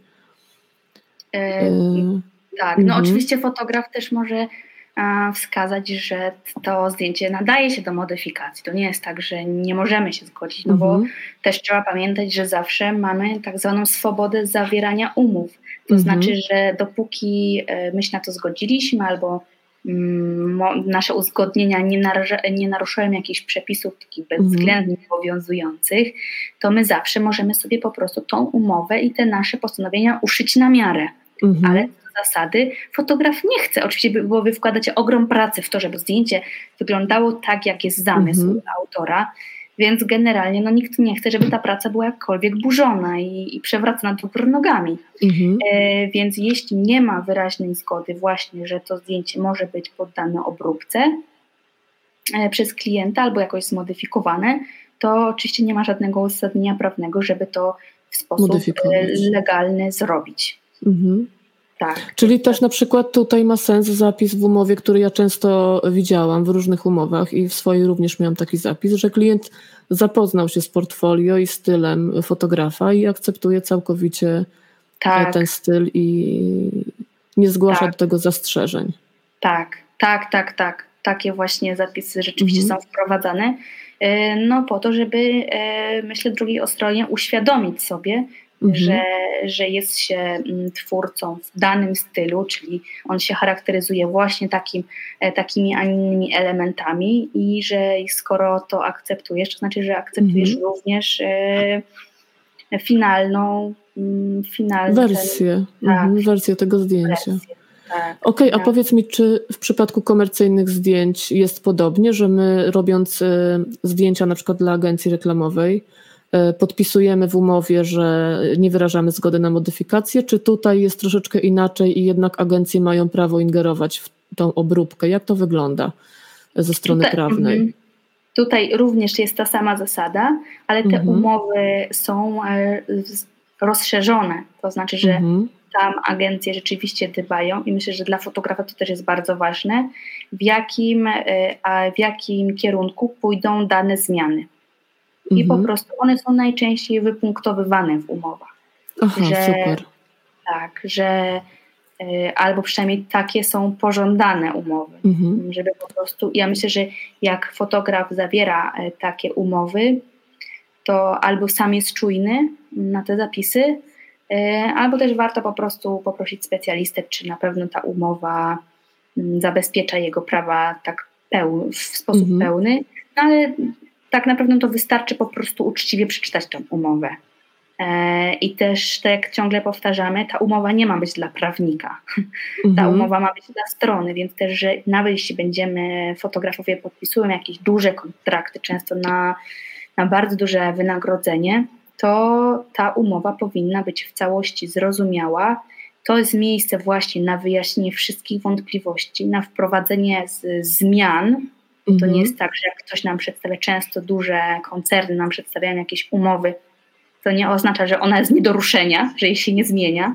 Oczywiście fotograf też może wskazać, że to zdjęcie nadaje się do modyfikacji. To nie jest tak, że nie możemy się zgodzić, bo też trzeba pamiętać, że zawsze mamy tak zwaną swobodę zawierania umów. To znaczy, że dopóki my się na to zgodziliśmy albo nasze uzgodnienia nie naruszają jakichś przepisów takich bezwzględnie obowiązujących, to my zawsze możemy sobie po prostu tą umowę i te nasze postanowienia uszyć na miarę. Ale co do zasady fotograf nie chce. Oczywiście bo wy wkładacie ogrom pracy w to, żeby zdjęcie wyglądało tak, jak jest zamysł autora, więc generalnie nikt nie chce, żeby ta praca była jakkolwiek burzona i przewracana do góry nogami. Więc jeśli nie ma wyraźnej zgody właśnie, że to zdjęcie może być poddane obróbce przez klienta albo jakoś zmodyfikowane, to oczywiście nie ma żadnego uzasadnienia prawnego, żeby to w sposób legalny zrobić. Tak. Czyli też na przykład tutaj ma sens zapis w umowie, który ja często widziałam w różnych umowach i w swojej również miałam taki zapis, że klient zapoznał się z portfolio i stylem fotografa i akceptuje całkowicie ten styl i nie zgłasza do tego zastrzeżeń. Tak. Takie właśnie zapisy rzeczywiście są wprowadzane, po to, żeby myślę drugiej stronie uświadomić sobie, że jest się twórcą w danym stylu, czyli on się charakteryzuje właśnie takimi, a innymi elementami i że skoro to akceptujesz, to znaczy, że akceptujesz również finalną wersję, wersję tego zdjęcia. Okej, a powiedz mi, czy w przypadku komercyjnych zdjęć jest podobnie, że my robiąc zdjęcia na przykład dla agencji reklamowej podpisujemy w umowie, że nie wyrażamy zgody na modyfikację, czy tutaj jest troszeczkę inaczej i jednak agencje mają prawo ingerować w tą obróbkę? Jak to wygląda ze strony prawnej? Tutaj również jest ta sama zasada, ale te umowy są rozszerzone. To znaczy, że tam agencje rzeczywiście dbają i myślę, że dla fotografa to też jest bardzo ważne, w jakim kierunku pójdą dane zmiany. I po prostu one są najczęściej wypunktowywane w umowach. Super. Tak, że albo przynajmniej takie są pożądane umowy. Żeby po prostu, ja myślę, że jak fotograf zawiera takie umowy, to albo sam jest czujny na te zapisy, albo też warto po prostu poprosić specjalistę, czy na pewno ta umowa zabezpiecza jego prawa tak w sposób pełny, ale tak naprawdę to wystarczy po prostu uczciwie przeczytać tę umowę. I też, tak jak ciągle powtarzamy, ta umowa nie ma być dla prawnika. Ta umowa ma być dla strony, więc też, że nawet jeśli fotografowie podpisują jakieś duże kontrakty, często na bardzo duże wynagrodzenie, to ta umowa powinna być w całości zrozumiała. To jest miejsce właśnie na wyjaśnienie wszystkich wątpliwości, na wprowadzenie zmian. To nie jest tak, że jak ktoś nam przedstawia, często duże koncerny nam przedstawiają jakieś umowy, to nie oznacza, że ona jest nie do ruszenia, że jej się nie zmienia.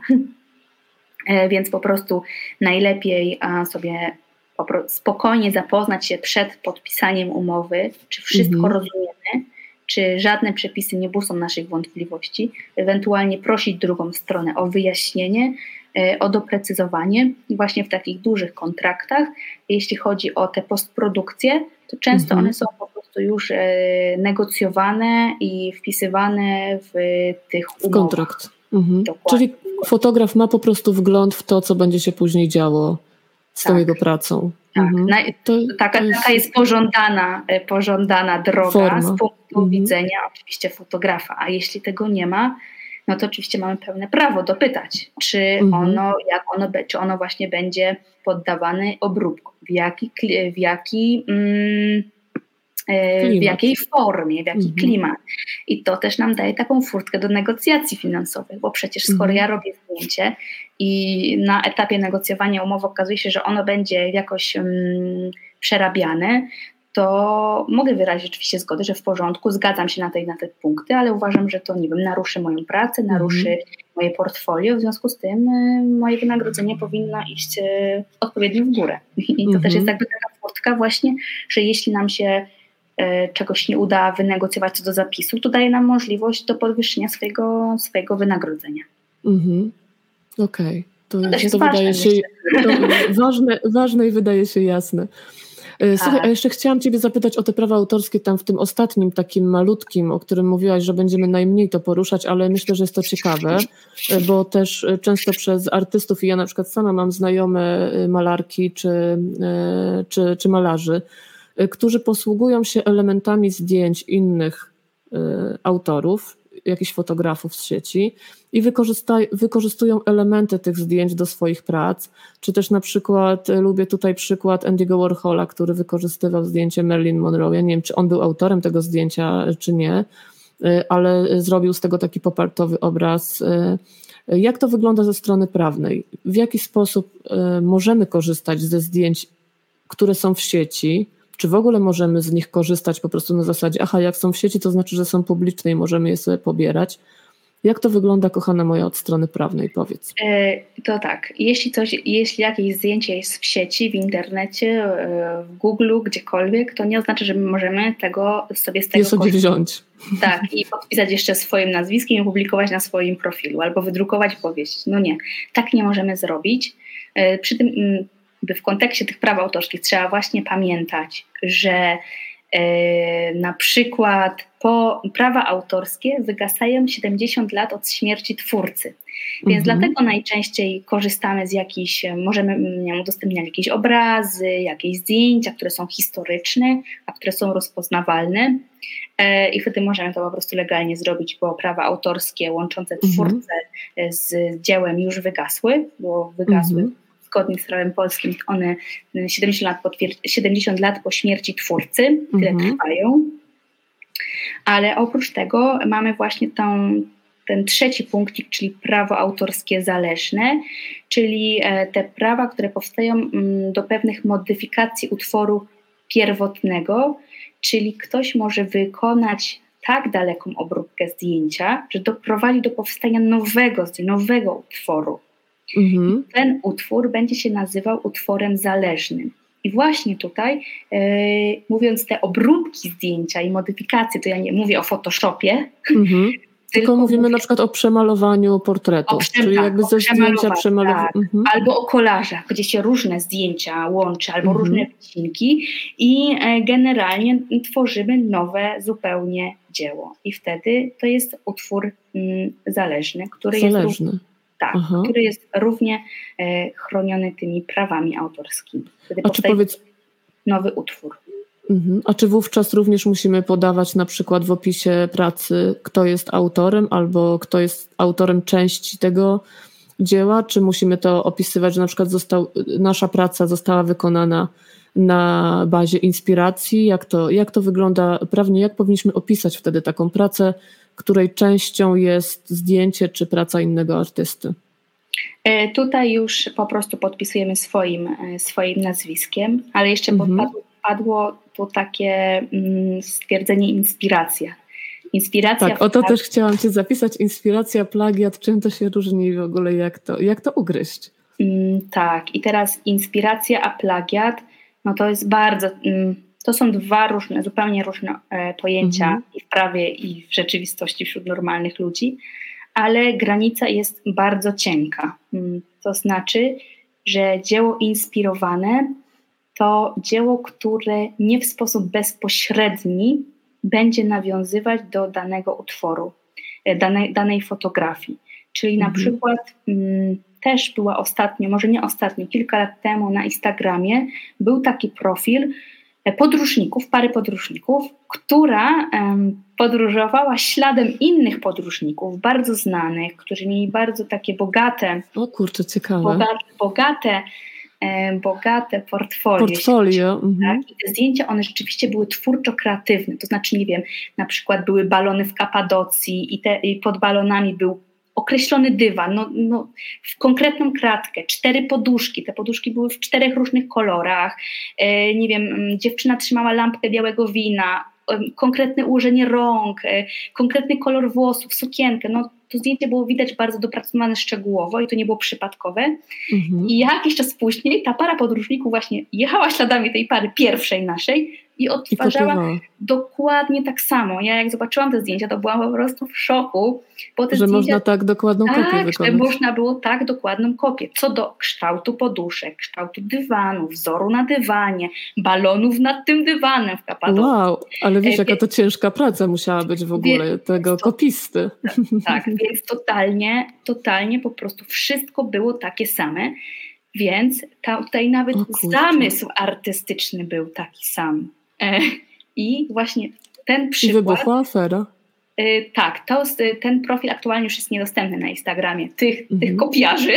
Więc po prostu najlepiej sobie spokojnie zapoznać się przed podpisaniem umowy, czy wszystko rozumiemy, czy żadne przepisy nie budzą naszych wątpliwości, ewentualnie prosić drugą stronę o wyjaśnienie, o doprecyzowanie i właśnie w takich dużych kontraktach, jeśli chodzi o te postprodukcje, to często one są po prostu już negocjowane i wpisywane w tych umowach. W kontrakt. Czyli fotograf ma po prostu wgląd w to, co będzie się później działo z tą jego pracą. Tak. Taka jest pożądana droga z punktu widzenia oczywiście fotografa, a jeśli tego nie ma, no to oczywiście mamy pełne prawo dopytać, czy ono właśnie będzie poddawane obróbkom, w jakiej formie, w jaki klimat. I to też nam daje taką furtkę do negocjacji finansowych, bo przecież skoro ja robię zdjęcie i na etapie negocjowania umowy okazuje się, że ono będzie jakoś przerabiane, to mogę wyrazić oczywiście zgodę, że w porządku, zgadzam się na te punkty, ale uważam, że to naruszy moją pracę, naruszy moje portfolio, w związku z tym moje wynagrodzenie powinno iść odpowiednio w górę. I to też jest jakby taka furtka właśnie, że jeśli nam się czegoś nie uda wynegocjować co do zapisu, to daje nam możliwość do podwyższenia swojego wynagrodzenia. Okej. To wydaje się ważne i wydaje się jasne. Słuchaj, a jeszcze chciałam Ciebie zapytać o te prawa autorskie tam w tym ostatnim takim malutkim, o którym mówiłaś, że będziemy najmniej to poruszać, ale myślę, że jest to ciekawe, bo też często przez artystów i ja na przykład sama mam znajome malarki czy malarzy, którzy posługują się elementami zdjęć innych autorów, jakichś fotografów z sieci i wykorzystują elementy tych zdjęć do swoich prac, czy też na przykład lubię tutaj przykład Andy'ego Warhola, który wykorzystywał zdjęcie Marilyn Monroe. Ja nie wiem, czy on był autorem tego zdjęcia, czy nie, ale zrobił z tego taki popartowy obraz. Jak to wygląda ze strony prawnej? W jaki sposób możemy korzystać ze zdjęć, które są w sieci? Czy w ogóle możemy z nich korzystać po prostu na zasadzie, jak są w sieci, to znaczy, że są publiczne i możemy je sobie pobierać? Jak to wygląda, kochana moja, od strony prawnej, powiedz? To tak, jeśli jakieś zdjęcie jest w sieci, w internecie, w Google, gdziekolwiek, to nie oznacza, że my możemy sobie z tego sobie wziąć. Tak, i podpisać jeszcze swoim nazwiskiem i publikować na swoim profilu, albo wydrukować i powieścić. No nie, tak nie możemy zrobić. Przy tym w kontekście tych praw autorskich trzeba właśnie pamiętać, że na przykład prawa autorskie wygasają 70 lat od śmierci twórcy. Więc dlatego najczęściej korzystamy z jakichś, możemy udostępniać jakieś obrazy, jakieś zdjęcia, które są historyczne, a które są rozpoznawalne i wtedy możemy to po prostu legalnie zrobić, bo prawa autorskie łączące twórcę z dziełem już wygasły, bo wygasły zgodnie z prawem polskim, one 70 lat po śmierci twórcy, tyle trwają. Ale oprócz tego mamy właśnie ten trzeci punkcik, czyli prawo autorskie zależne, czyli te prawa, które powstają do pewnych modyfikacji utworu pierwotnego, czyli ktoś może wykonać tak daleką obróbkę zdjęcia, że doprowadzi do powstania nowego utworu. Ten utwór będzie się nazywał utworem zależnym. I właśnie tutaj, mówiąc te obróbki zdjęcia i modyfikacje, to ja nie mówię o Photoshopie, tylko mówimy na przykład o przemalowaniu portretu, czyli jakby ze zdjęcia przemalowania. Albo o kolażach, gdzie się różne zdjęcia łączy, albo różne wycinki i generalnie tworzymy nowe zupełnie dzieło. I wtedy to jest utwór zależny, który jest równie chroniony tymi prawami autorskimi. Wtedy powstaje nowy utwór. A czy wówczas również musimy podawać na przykład w opisie pracy, kto jest autorem albo kto jest autorem części tego dzieła? Czy musimy to opisywać, że na przykład nasza praca została wykonana na bazie inspiracji? Jak to wygląda prawnie? Jak powinniśmy opisać wtedy taką pracę, której częścią jest zdjęcie czy praca innego artysty? Tutaj już po prostu podpisujemy swoim nazwiskiem, ale jeszcze padło tu takie stwierdzenie inspiracja. Tak, o to też chciałam Cię zapisać. Inspiracja, plagiat, czym to się różni w ogóle, jak to ugryźć? Tak, i teraz inspiracja, a plagiat, no to jest to są zupełnie różne pojęcia i w prawie, i w rzeczywistości wśród normalnych ludzi, ale granica jest bardzo cienka. To znaczy, że dzieło inspirowane to dzieło, które nie w sposób bezpośredni będzie nawiązywać do danego utworu, danej fotografii. Czyli na przykład też była ostatnio, może nie ostatnio, kilka lat temu na Instagramie był taki profil pary podróżników, która podróżowała śladem innych podróżników, bardzo znanych, którzy mieli bardzo takie bogate, ciekawe. Bogate portfolio. Tak? I te zdjęcia, one rzeczywiście były twórczo-kreatywne, to znaczy, nie wiem, na przykład były balony w Kapadocji i pod balonami był określony dywan, w konkretną kratkę, 4 poduszki, te poduszki były w 4 różnych kolorach, nie wiem, dziewczyna trzymała lampkę białego wina, konkretne ułożenie rąk, konkretny kolor włosów, sukienkę, to zdjęcie było widać bardzo dopracowane szczegółowo i to nie było przypadkowe. I jakiś czas później ta para podróżników właśnie jechała śladami tej pary pierwszej naszej, i odtwarzała dokładnie tak samo. Ja jak zobaczyłam te zdjęcia, to byłam po prostu w szoku. Bo te że zdjęcia, można tak dokładną kopię wykonać. Tak, że można było tak dokładną kopię. Co do kształtu poduszek, kształtu dywanu, wzoru na dywanie, balonów nad tym dywanem w Kapadocji. Wow, ale wiesz, jaka to ciężka praca musiała być w ogóle tego kopisty. Tak, więc totalnie po prostu wszystko było takie same. Więc tutaj nawet zamysł artystyczny był taki sam. I właśnie ten przykład... I wybuchła afera. Tak, ten profil aktualnie już jest niedostępny na Instagramie, tych kopiarzy,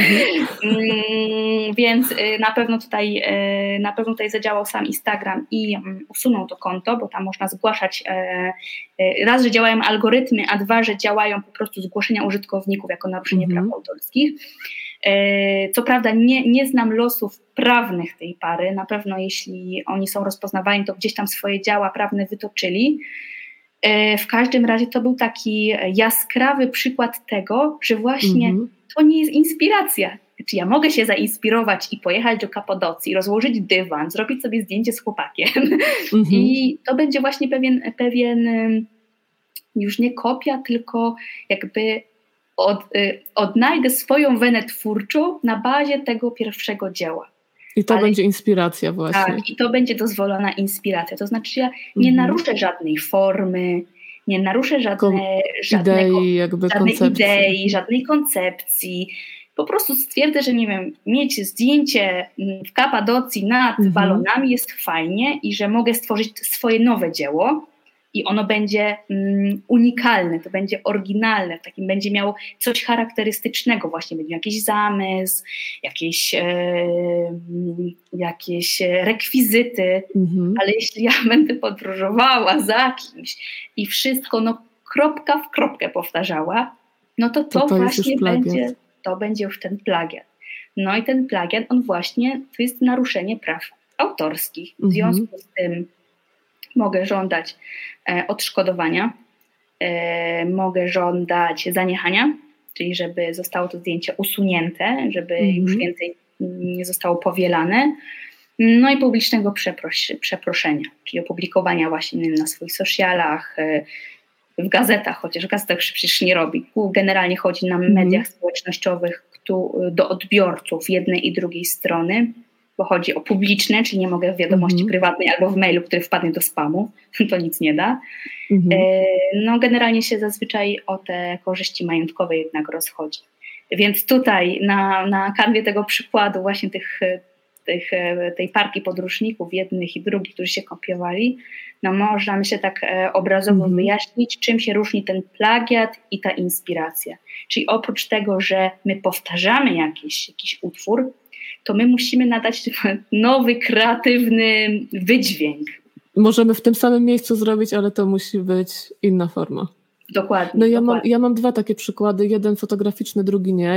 więc na pewno tutaj zadziałał sam Instagram i usunął to konto, bo tam można zgłaszać, raz, że działają algorytmy, a dwa, że działają po prostu zgłoszenia użytkowników jako naruszenie praw autorskich. Co prawda nie znam losów prawnych tej pary, na pewno jeśli oni są rozpoznawani, to gdzieś tam swoje działa prawne wytoczyli. W każdym razie to był taki jaskrawy przykład tego, że właśnie to nie jest inspiracja. Znaczy ja mogę się zainspirować i pojechać do Kapadocji, rozłożyć dywan, zrobić sobie zdjęcie z chłopakiem i to będzie właśnie pewien już nie kopia, tylko jakby odnajdę swoją wenę twórczą na bazie tego pierwszego dzieła. I to będzie inspiracja właśnie. Tak, i to będzie dozwolona inspiracja. To znaczy ja nie naruszę żadnej formy, nie naruszę żadnej idei, żadnej koncepcji. Po prostu stwierdzę, że nie wiem, mieć zdjęcie w Kapadocji nad balonami jest fajnie i że mogę stworzyć swoje nowe dzieło. I ono będzie unikalne, to będzie oryginalne, takim będzie miało coś charakterystycznego, właśnie będzie miał jakiś zamysł, jakieś rekwizyty, ale jeśli ja będę podróżowała za kimś i wszystko kropka w kropkę powtarzała, no to właśnie będzie już ten plagiat. No i ten plagiat, on właśnie, to jest naruszenie praw autorskich. W związku z tym mogę żądać odszkodowania, mogę żądać zaniechania, czyli żeby zostało to zdjęcie usunięte, żeby już więcej nie zostało powielane, no i publicznego przeproszenia, czyli opublikowania właśnie na swoich socialach, w gazetach, chociaż w gazetach się przecież nie robi. Generalnie chodzi na mediach społecznościowych do odbiorców jednej i drugiej strony, bo chodzi o publiczne, czyli nie mogę w wiadomości prywatnej albo w mailu, który wpadnie do spamu, to nic nie da. No generalnie się zazwyczaj o te korzyści majątkowe jednak rozchodzi. Więc tutaj na kanwie tego przykładu właśnie tej parki podróżników jednych i drugich, którzy się kopiowali, no można myślę tak obrazowo wyjaśnić, czym się różni ten plagiat i ta inspiracja. Czyli oprócz tego, że my powtarzamy jakiś utwór, to my musimy nadać nowy, kreatywny wydźwięk. Możemy w tym samym miejscu zrobić, ale to musi być inna forma. Dokładnie. No ja mam dwa takie przykłady, jeden fotograficzny, drugi nie.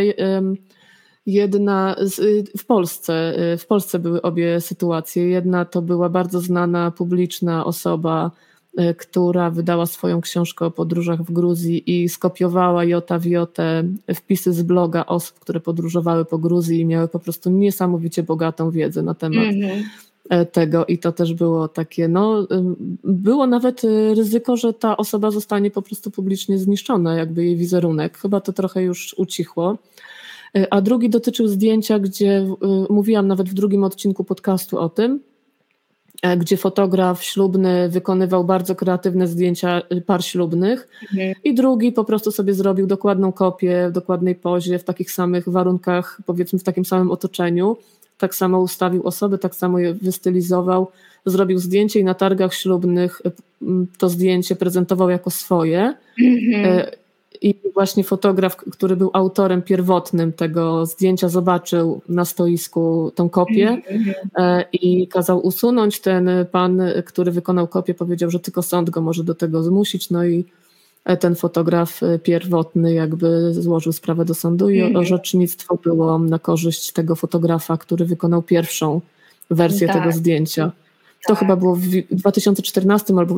W Polsce były obie sytuacje. Jedna to była bardzo znana, publiczna osoba, która wydała swoją książkę o podróżach w Gruzji i skopiowała jota w jotę wpisy z bloga osób, które podróżowały po Gruzji i miały po prostu niesamowicie bogatą wiedzę na temat tego i to też było takie, było nawet ryzyko, że ta osoba zostanie po prostu publicznie zniszczona, jakby jej wizerunek. Chyba to trochę już ucichło. A drugi dotyczył zdjęcia, gdzie mówiłam nawet w drugim odcinku podcastu o tym, gdzie fotograf ślubny wykonywał bardzo kreatywne zdjęcia par ślubnych i drugi po prostu sobie zrobił dokładną kopię w dokładnej pozie, w takich samych warunkach, powiedzmy w takim samym otoczeniu, tak samo ustawił osoby, tak samo je wystylizował, zrobił zdjęcie i na targach ślubnych to zdjęcie prezentował jako swoje. I właśnie fotograf, który był autorem pierwotnym tego zdjęcia, zobaczył na stoisku tą kopię i kazał usunąć. Ten pan, który wykonał kopię, powiedział, że tylko sąd go może do tego zmusić. No i ten fotograf pierwotny jakby złożył sprawę do sądu i orzecznictwo było na korzyść tego fotografa, który wykonał pierwszą wersję tego zdjęcia. To chyba było w 2014 albo w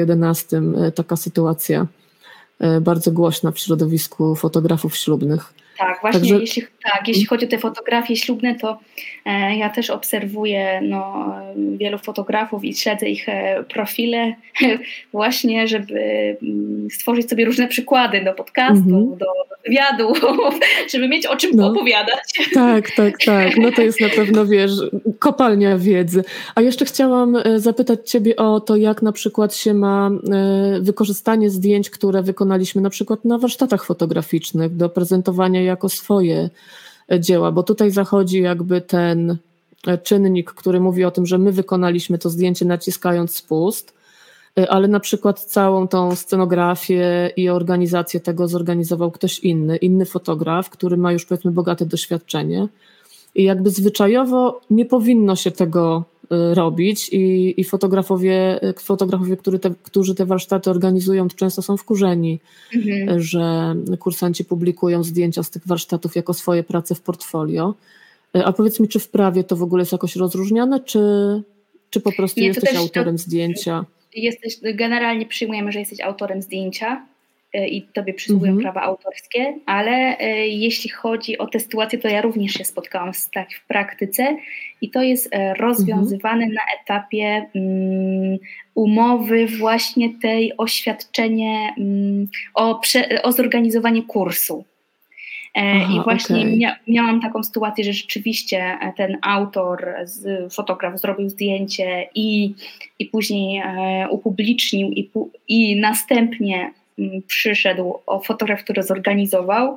2011 taka sytuacja bardzo głośna w środowisku fotografów ślubnych. Tak, właśnie jeśli chodzi o te fotografie ślubne, to ja też obserwuję wielu fotografów i śledzę ich profile właśnie, żeby stworzyć sobie różne przykłady do podcastu, do wywiadu, żeby mieć o czym opowiadać. Tak. No to jest na pewno, kopalnia wiedzy. A jeszcze chciałam zapytać Ciebie o to, jak na przykład się ma wykorzystanie zdjęć, które wykonaliśmy na przykład na warsztatach fotograficznych do prezentowania jako swoje dzieła, bo tutaj zachodzi jakby ten czynnik, który mówi o tym, że my wykonaliśmy to zdjęcie naciskając spust, ale na przykład całą tą scenografię i organizację tego zorganizował ktoś inny fotograf, który ma już powiedzmy bogate doświadczenie i jakby zwyczajowo nie powinno się tego robić i fotografowie, którzy te warsztaty organizują, często są wkurzeni, że kursanci publikują zdjęcia z tych warsztatów jako swoje prace w portfolio. A powiedz mi, czy w prawie to w ogóle jest jakoś rozróżniane, czy po prostu jesteś autorem zdjęcia? Generalnie przyjmujemy, że jesteś autorem zdjęcia i tobie przysługują prawa autorskie, ale jeśli chodzi o tę sytuację, to ja również się spotkałam z tak w praktyce i to jest rozwiązywane na etapie umowy właśnie tej oświadczenie o zorganizowanie kursu. I właśnie miałam taką sytuację, że rzeczywiście ten autor, fotograf zrobił zdjęcie i później upublicznił i następnie przyszedł fotograf, który zorganizował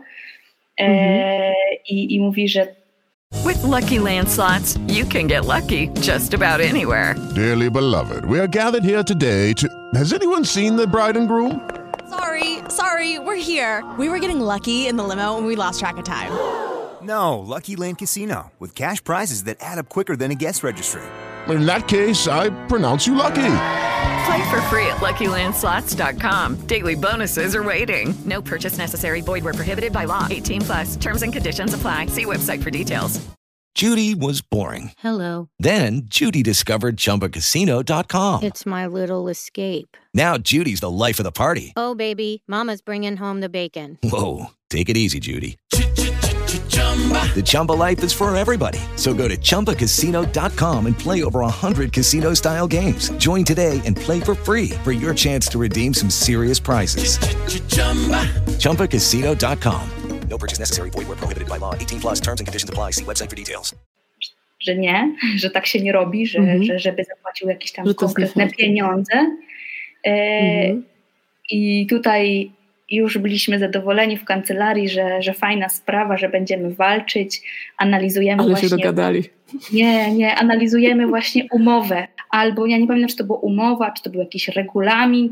i mówi, że With Lucky Land Slots, you can get lucky just about anywhere. Dearly beloved, we are gathered here today to... Has anyone seen the bride and groom? Sorry, we're here. We were getting lucky in the limo and we lost track of time. No, Lucky Land Casino, with cash prizes that add up quicker than a guest registry. In that case, I pronounce you lucky. Play for free at LuckyLandSlots.com. Daily bonuses are waiting. No purchase necessary. Void where prohibited by law. 18+. Terms and conditions apply. See website for details. Judy was boring. Hello. Then Judy discovered ChumbaCasino.com. It's my little escape. Now Judy's the life of the party. Oh, baby, mama's bringing home the bacon. Whoa, take it easy, Judy. The Chumba life is for everybody. So go to ChumbaCasino.com and play over 100 casino-style games. Join today and play for free for your chance to redeem some serious prizes. ChumbaCasino.com. No purchase necessary. Void where prohibited by law. 18+. Terms and conditions apply. See website for details. Że tak się nie robi, żeby zapłacił jakieś tam konkretne pieniądze. I tutaj już byliśmy zadowoleni w kancelarii, że fajna sprawa, że będziemy walczyć. Analizujemy ale właśnie... się dogadali. Nie, analizujemy właśnie umowę. Albo ja nie pamiętam, czy to była umowa, czy to był jakiś regulamin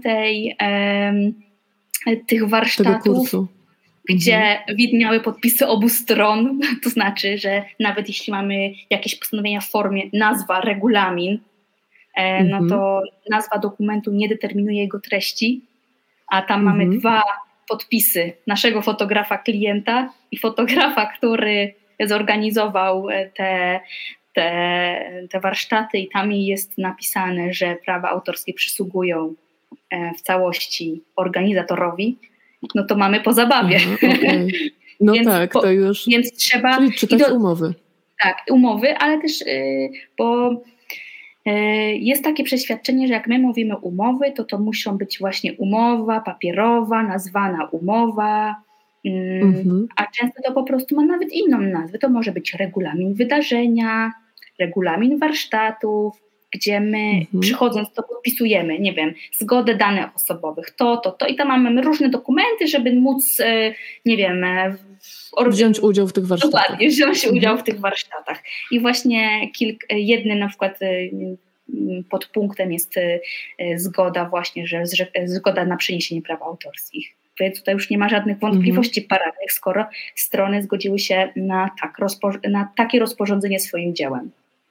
tych warsztatów. Tego kursu. Gdzie widniały podpisy obu stron, to znaczy, że nawet jeśli mamy jakieś postanowienia w formie nazwa, regulamin, no to nazwa dokumentu nie determinuje jego treści, a tam mamy dwa podpisy naszego fotografa klienta i fotografa, który zorganizował te warsztaty i tam jest napisane, że prawa autorskie przysługują w całości organizatorowi. No to mamy po zabawie. Okay. No więc tak, to już. Więc trzeba. Czyli czytać umowy. Tak, umowy, ale też, bo jest takie przeświadczenie, że jak my mówimy umowy, to muszą być właśnie umowa papierowa, nazwana umowa, a często to po prostu ma nawet inną nazwę. To może być regulamin wydarzenia, regulamin warsztatów, gdzie my przychodząc to podpisujemy, nie wiem, zgodę danych osobowych, to i tam mamy różne dokumenty, żeby móc, nie wiem, wziąć udział w tych warsztatach. Dokładnie, wziąć udział w tych warsztatach. I właśnie jednym na przykład podpunktem jest zgoda właśnie, że zgoda na przeniesienie praw autorskich. Więc tutaj już nie ma żadnych wątpliwości prawnych, skoro strony zgodziły się na takie rozporządzenie swoim dziełem.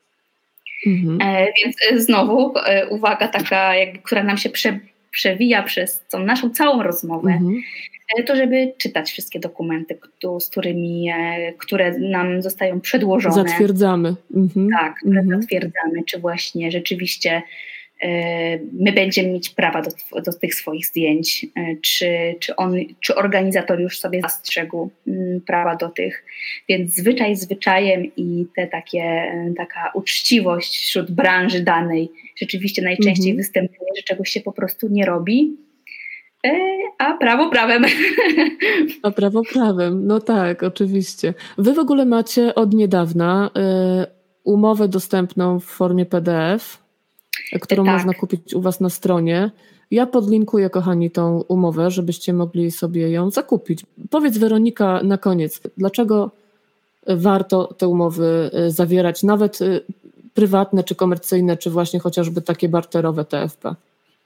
Więc znowu uwaga taka, która nam się przewija przez tą naszą całą rozmowę, to żeby czytać wszystkie dokumenty, które nam zostają przedłożone. Zatwierdzamy. Tak, które zatwierdzamy, czy właśnie rzeczywiście my będziemy mieć prawa do tych swoich zdjęć, czy organizator już sobie zastrzegł prawa do tych. Więc zwyczaj zwyczajem i taka uczciwość wśród branży danej rzeczywiście najczęściej występuje, że czegoś się po prostu nie robi. A prawo prawem. A prawo prawem, no tak, oczywiście. Wy w ogóle macie od niedawna umowę dostępną w formie PDF, którą można kupić u was na stronie. Ja podlinkuję, kochani, tą umowę, żebyście mogli sobie ją zakupić. Powiedz, Weronika, na koniec, dlaczego warto te umowy zawierać, nawet prywatne, czy komercyjne, czy właśnie chociażby takie barterowe TFP?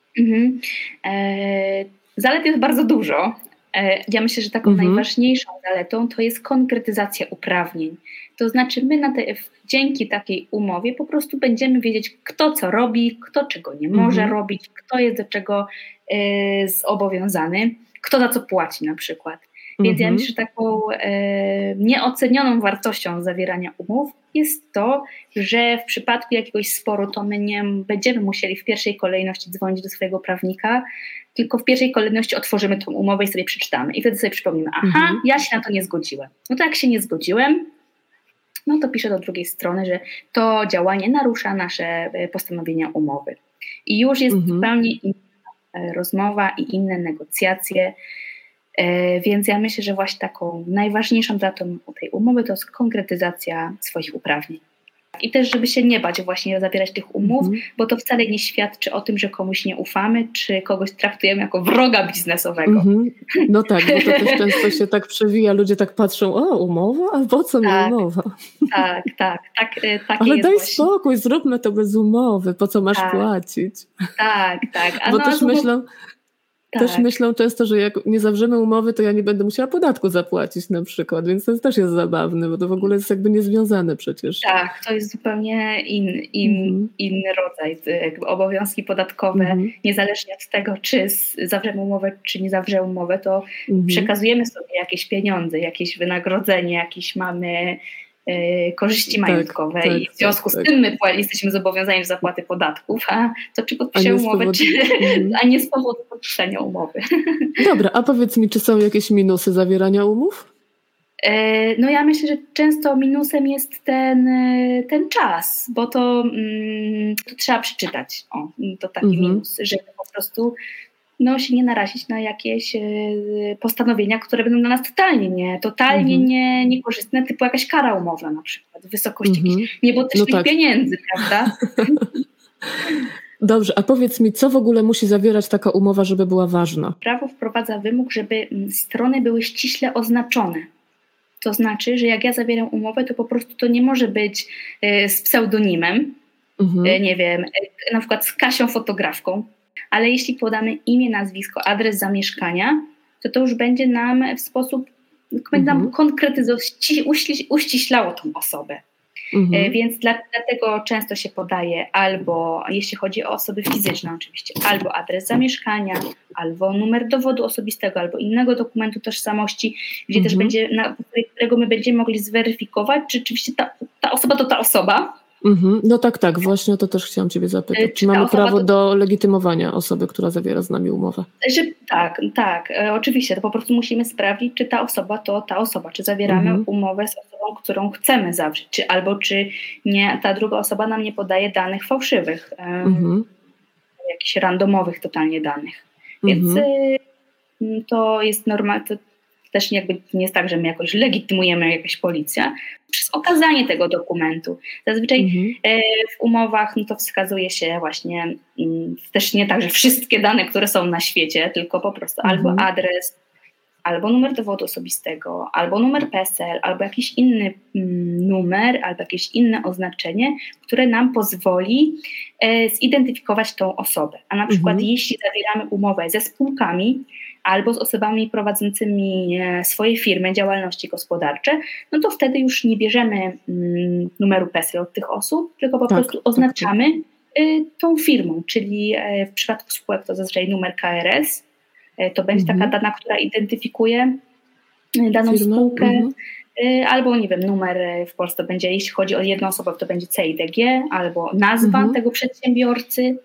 Zalet jest bardzo dużo. Ja myślę, że taką najważniejszą zaletą to jest konkretyzacja uprawnień. To znaczy my dzięki takiej umowie po prostu będziemy wiedzieć, kto co robi, kto czego nie może robić, kto jest do czego zobowiązany, kto za co płaci na przykład. Więc ja myślę, że taką nieocenioną wartością zawierania umów jest to, że w przypadku jakiegoś sporu to my nie będziemy musieli w pierwszej kolejności dzwonić do swojego prawnika, tylko w pierwszej kolejności otworzymy tą umowę i sobie przeczytamy. I wtedy sobie przypomnimy, ja się na to nie zgodziłem. No to jak się nie zgodziłem, no to piszę do drugiej strony, że to działanie narusza nasze postanowienia umowy. I już jest zupełnie inna rozmowa i inne negocjacje. Więc ja myślę, że właśnie taką najważniejszą datą tej umowy to jest konkretyzacja swoich uprawnień. I też, żeby się nie bać właśnie zawierać tych umów, bo to wcale nie świadczy o tym, że komuś nie ufamy, czy kogoś traktujemy jako wroga biznesowego. No tak, bo to też często się tak przewija, ludzie tak patrzą, umowa? A po co mi umowa? Tak. Ale daj spokój, zróbmy to bez umowy, po co masz płacić? Tak. Bo też myślą często, że jak nie zawrzemy umowy, to ja nie będę musiała podatku zapłacić na przykład, więc to też jest zabawne, bo to w ogóle jest jakby niezwiązane przecież. Tak, to jest zupełnie inny rodzaj. Jakby obowiązki podatkowe, niezależnie od tego, czy zawrzemy umowę, czy nie zawrzemy umowę, to przekazujemy sobie jakieś pieniądze, jakieś wynagrodzenie, jakieś mamy korzyści majątkowe i w związku z tym my jesteśmy zobowiązani do zapłaty podatków, a to czy podpiszemy umowę, a nie z powodu podpisania umowy. Dobra, a powiedz mi, czy są jakieś minusy zawierania umów? No ja myślę, że często minusem jest ten czas, bo to trzeba przeczytać. To taki minus, żeby po prostu się nie narazić na jakieś postanowienia, które będą dla nas totalnie niekorzystne, typu jakaś kara umowna na przykład, w wysokości jakichś niebotycznych pieniędzy, prawda? Dobrze, a powiedz mi, co w ogóle musi zawierać taka umowa, żeby była ważna? Prawo wprowadza wymóg, żeby strony były ściśle oznaczone. To znaczy, że jak ja zawieram umowę, to po prostu to nie może być z pseudonimem, nie wiem, na przykład z Kasią fotografką, ale jeśli podamy imię, nazwisko, adres zamieszkania, to już będzie nam w sposób, uściślało tą osobę. Więc dlatego często się podaje albo, jeśli chodzi o osoby fizyczne oczywiście, albo adres zamieszkania, albo numer dowodu osobistego, albo innego dokumentu tożsamości, gdzie też będzie, na którego my będziemy mogli zweryfikować, czy rzeczywiście ta osoba to ta osoba. No tak, właśnie o to też chciałam Ciebie zapytać. Czy mamy prawo do legitymowania osoby, która zawiera z nami umowę? Tak, oczywiście, to po prostu musimy sprawdzić, czy ta osoba to ta osoba, czy zawieramy umowę z osobą, którą chcemy zawrzeć, czy nie, ta druga osoba nam nie podaje danych fałszywych, jakichś randomowych totalnie danych. Więc to jest normalne. Też nie jest tak, że my jakoś legitymujemy jakaś policja, przez okazanie tego dokumentu. Zazwyczaj w umowach to wskazuje się właśnie też nie tak, że wszystkie dane, które są na świecie, tylko po prostu albo adres, albo numer dowodu osobistego, albo numer PESEL, albo jakiś inny numer, albo jakieś inne oznaczenie, które nam pozwoli zidentyfikować tą osobę. A na przykład jeśli zawieramy umowę ze spółkami, albo z osobami prowadzącymi swoje firmy, działalności gospodarcze, no to wtedy już nie bierzemy numeru PESEL od tych osób, tylko po prostu oznaczamy tą firmą, czyli w przypadku spółek to zazwyczaj numer KRS, to będzie taka dana, która identyfikuje daną spółkę, albo nie wiem, numer w Polsce będzie, jeśli chodzi o jedną osobę, to będzie CIDG, albo nazwa tego przedsiębiorcy,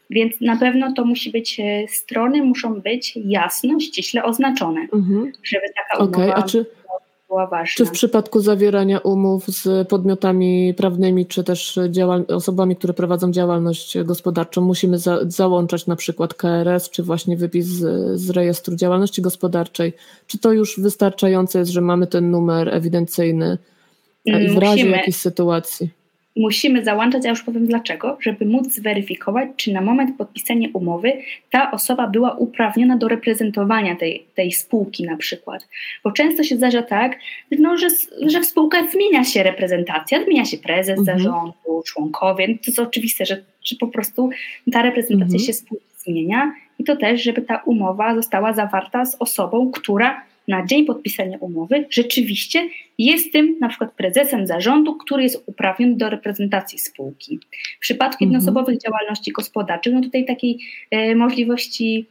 Więc na pewno to musi być, strony muszą być jasno, ściśle oznaczone, żeby taka umowa była ważna. Czy w przypadku zawierania umów z podmiotami prawnymi, czy też osobami, które prowadzą działalność gospodarczą, musimy załączać na przykład KRS, czy właśnie wypis z rejestru działalności gospodarczej? Czy to już wystarczające jest, że mamy ten numer ewidencyjny i w razie jakiejś sytuacji? Musimy załączać, ja już powiem dlaczego, żeby móc zweryfikować, czy na moment podpisania umowy ta osoba była uprawniona do reprezentowania tej spółki na przykład. Bo często się zdarza tak, że w spółkach zmienia się reprezentacja, zmienia się prezes zarządu, członkowie. No to jest oczywiste, że po prostu ta reprezentacja się spółki zmienia i to też, żeby ta umowa została zawarta z osobą, która na dzień podpisania umowy rzeczywiście jest tym na przykład prezesem zarządu, który jest uprawniony do reprezentacji spółki. W przypadku jednoosobowych działalności gospodarczych, no tutaj takiej możliwości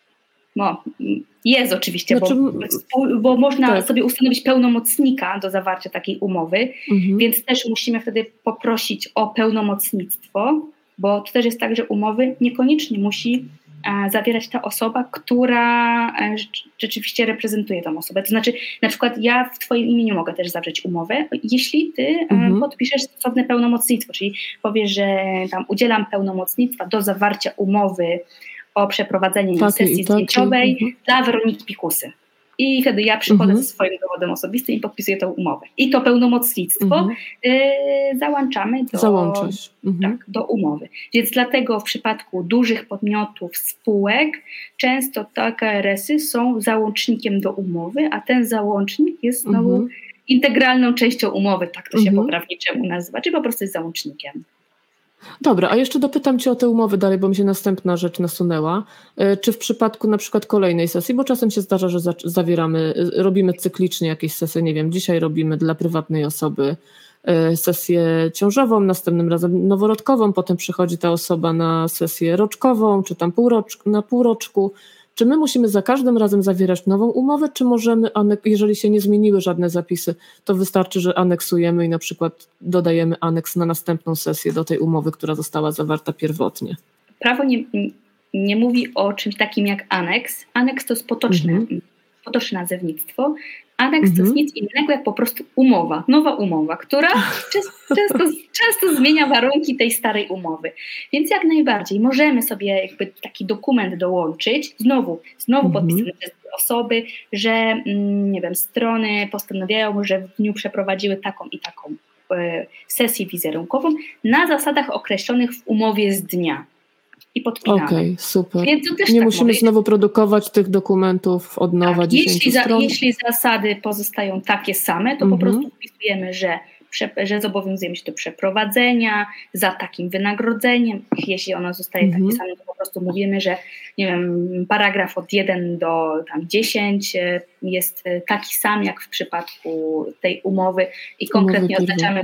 jest oczywiście, bo można sobie ustanowić pełnomocnika do zawarcia takiej umowy, więc też musimy wtedy poprosić o pełnomocnictwo, bo to też jest tak, że umowy niekoniecznie musi zawierać ta osoba, która rzeczywiście reprezentuje tą osobę. To znaczy, na przykład ja w twoim imieniu mogę też zawrzeć umowę, jeśli ty podpiszesz stosowne pełnomocnictwo, czyli powiesz, że tam udzielam pełnomocnictwa do zawarcia umowy o przeprowadzenie sesji zdjęciowej dla Weroniki Pikusy. I wtedy ja przychodzę ze swoim dowodem osobistym i podpisuję tę umowę. I to pełnomocnictwo załączamy do umowy. Więc dlatego w przypadku dużych podmiotów, spółek, często te KRS-y są załącznikiem do umowy, a ten załącznik jest znowu integralną częścią umowy, tak to się po prawniczemu nazywa, czyli po prostu jest załącznikiem. Dobra, a jeszcze dopytam Cię o te umowy dalej, bo mi się następna rzecz nasunęła. Czy w przypadku na przykład kolejnej sesji, bo czasem się zdarza, że robimy cyklicznie jakieś sesje, nie wiem, dzisiaj robimy dla prywatnej osoby sesję ciążową, następnym razem noworodkową, potem przychodzi ta osoba na sesję roczkową, czy tam na półroczku. Czy my musimy za każdym razem zawierać nową umowę, czy możemy, jeżeli się nie zmieniły żadne zapisy, to wystarczy, że aneksujemy i na przykład dodajemy aneks na następną sesję do tej umowy, która została zawarta pierwotnie? Prawo nie mówi o czymś takim jak aneks. Aneks to jest potoczne nazewnictwo. Aneks to jest nic innego jak po prostu umowa, nowa umowa, która często zmienia warunki tej starej umowy. Więc jak najbardziej możemy sobie jakby taki dokument dołączyć, znowu podpisany przez osoby, że nie wiem, strony postanawiają, że w dniu przeprowadziły taką i taką sesję wizerunkową na zasadach określonych w umowie z dnia. I podpinamy. Okej, super. Więc to też nie musimy znowu produkować tych dokumentów od nowa 10 stron. Jeśli zasady pozostają takie same, to po prostu wpisujemy, że zobowiązujemy się do przeprowadzenia za takim wynagrodzeniem. Jeśli ono zostaje takie same, to po prostu mówimy, że nie wiem, paragraf od 1 do tam 10 jest taki sam jak w przypadku tej umowy i konkretnie oznaczamy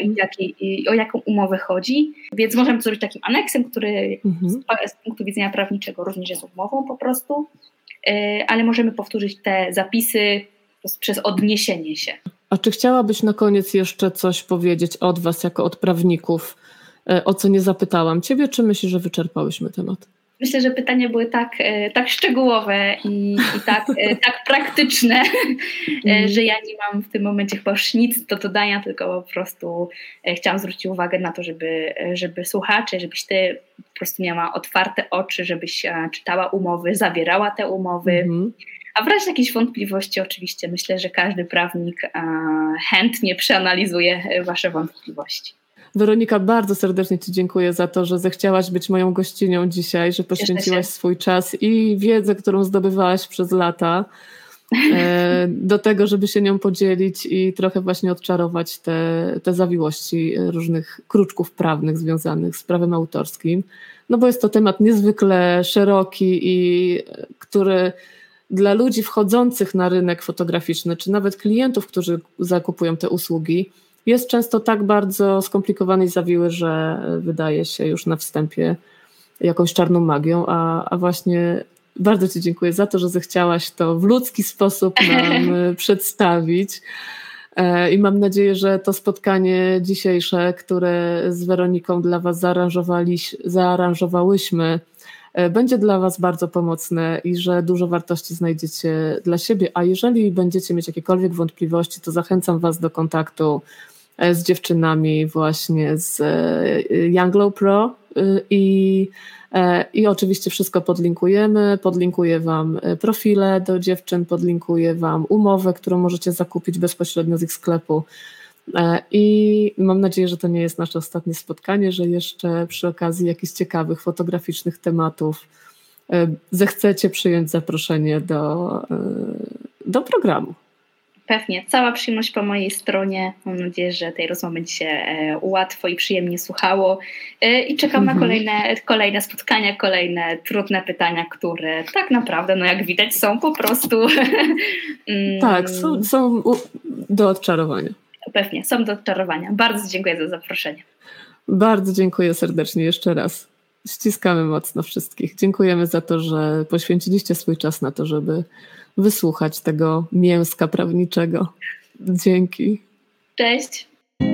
o jaką umowę chodzi. Więc możemy to zrobić takim aneksem, który z punktu widzenia prawniczego również jest umową po prostu, ale możemy powtórzyć te zapisy przez odniesienie się. A czy chciałabyś na koniec jeszcze coś powiedzieć od Was jako od prawników, o co nie zapytałam Ciebie, czy myślisz, że wyczerpałyśmy temat? Myślę, że pytania były tak szczegółowe i tak praktyczne, że ja nie mam w tym momencie chyba już nic do dodania, tylko po prostu chciałam zwrócić uwagę na to, żeby słuchacze, żebyś Ty po prostu miała otwarte oczy, żebyś czytała umowy, zawierała te umowy. A w razie jakichś wątpliwości oczywiście myślę, że każdy prawnik chętnie przeanalizuje Wasze wątpliwości. Weronika, bardzo serdecznie Ci dziękuję za to, że zechciałaś być moją gościnią dzisiaj, że poświęciłaś swój czas i wiedzę, którą zdobywałaś przez lata do tego, żeby się nią podzielić i trochę właśnie odczarować te zawiłości różnych kruczków prawnych związanych z prawem autorskim. No bo jest to temat niezwykle szeroki i który dla ludzi wchodzących na rynek fotograficzny, czy nawet klientów, którzy zakupują te usługi, jest często tak bardzo skomplikowany i zawiły, że wydaje się już na wstępie jakąś czarną magią, a właśnie bardzo Ci dziękuję za to, że zechciałaś to w ludzki sposób nam przedstawić. I mam nadzieję, że to spotkanie dzisiejsze, które z Weroniką dla Was zaaranżowałyśmy, będzie dla Was bardzo pomocne i że dużo wartości znajdziecie dla siebie. A jeżeli będziecie mieć jakiekolwiek wątpliwości, to zachęcam Was do kontaktu z dziewczynami właśnie z Young Glow Pro i oczywiście wszystko podlinkujemy. Podlinkuję Wam profile do dziewczyn, podlinkuję Wam umowę, którą możecie zakupić bezpośrednio z ich sklepu. I mam nadzieję, że to nie jest nasze ostatnie spotkanie, że jeszcze przy okazji jakichś ciekawych fotograficznych tematów zechcecie przyjąć zaproszenie do programu. Pewnie, cała przyjemność po mojej stronie. Mam nadzieję, że tej rozmowy będzie się łatwo i przyjemnie słuchało i czekam na kolejne spotkania, kolejne trudne pytania, które tak naprawdę, no jak widać, są po prostu... Tak, są do odczarowania. Pewnie, są do odczarowania. Bardzo dziękuję za zaproszenie. Bardzo dziękuję serdecznie jeszcze raz. Ściskamy mocno wszystkich. Dziękujemy za to, że poświęciliście swój czas na to, żeby wysłuchać tego mięska prawniczego. Dzięki. Cześć.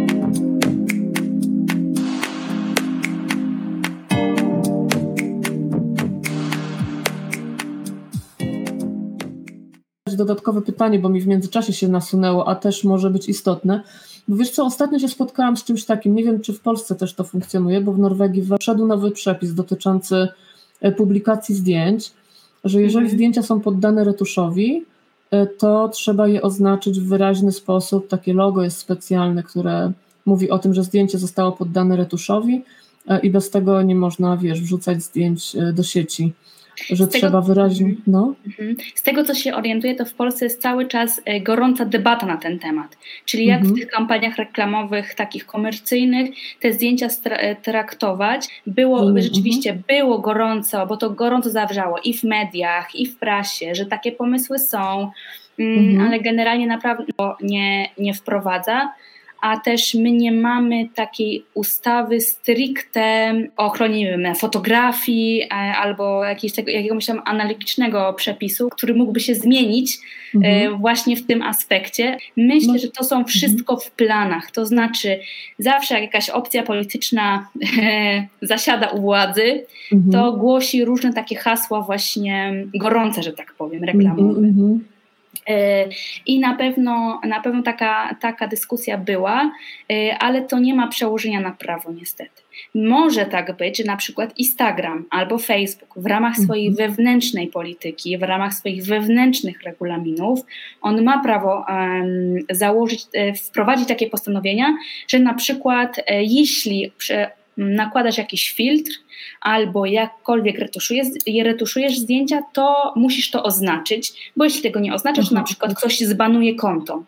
Dodatkowe pytanie, bo mi w międzyczasie się nasunęło, a też może być istotne. Bo wiesz co, ostatnio się spotkałam z czymś takim, nie wiem, czy w Polsce też to funkcjonuje, bo w Norwegii wszedł nowy przepis dotyczący publikacji zdjęć, że jeżeli zdjęcia są poddane retuszowi, to trzeba je oznaczyć w wyraźny sposób. Takie logo jest specjalne, które mówi o tym, że zdjęcie zostało poddane retuszowi i bez tego nie można, wrzucać zdjęć do sieci. Że trzeba wyraźnie... No. Z tego, co się orientuję, to w Polsce jest cały czas gorąca debata na ten temat. Czyli jak w tych kampaniach reklamowych, takich komercyjnych, te zdjęcia traktować. Rzeczywiście było gorąco, bo to gorąco zawrzało i w mediach, i w prasie, że takie pomysły są, ale generalnie naprawdę nie wprowadza. A też my nie mamy takiej ustawy stricte o ochronie fotografii albo jakiegoś tam analogicznego przepisu, który mógłby się zmienić właśnie w tym aspekcie. Myślę, że to są wszystko w planach, to znaczy zawsze jak jakaś opcja polityczna zasiada u władzy, to głosi różne takie hasła właśnie gorące, że tak powiem, reklamowe. I na pewno taka dyskusja była, ale to nie ma przełożenia na prawo niestety. Może tak być, że na przykład Instagram albo Facebook w ramach swojej wewnętrznej polityki, w ramach swoich wewnętrznych regulaminów, on ma prawo wprowadzić takie postanowienia, że na przykład jeśli nakładasz jakiś filtr albo jakkolwiek retuszujesz zdjęcia, to musisz to oznaczyć, bo jeśli tego nie oznaczasz, to na przykład ktoś zbanuje konto.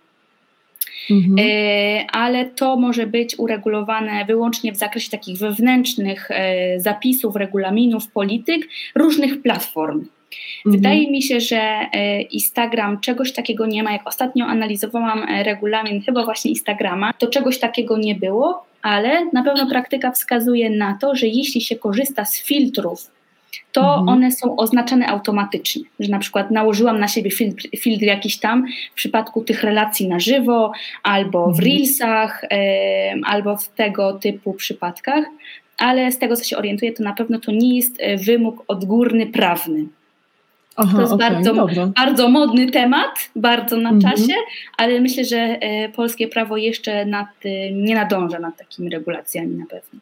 Ale to może być uregulowane wyłącznie w zakresie takich wewnętrznych zapisów, regulaminów, polityk różnych platform. Wydaje mi się, że Instagram czegoś takiego nie ma. Jak ostatnio analizowałam regulamin chyba właśnie Instagrama, to czegoś takiego nie było, ale na pewno praktyka wskazuje na to, że jeśli się korzysta z filtrów, to one są oznaczane automatycznie, że na przykład nałożyłam na siebie filtr jakiś tam w przypadku tych relacji na żywo, albo w Reelsach, albo w tego typu przypadkach, ale z tego, co się orientuję, to na pewno to nie jest wymóg odgórny prawny. To jest bardzo modny temat, bardzo na czasie, ale myślę, że polskie prawo jeszcze nie nadąża nad takimi regulacjami na pewno.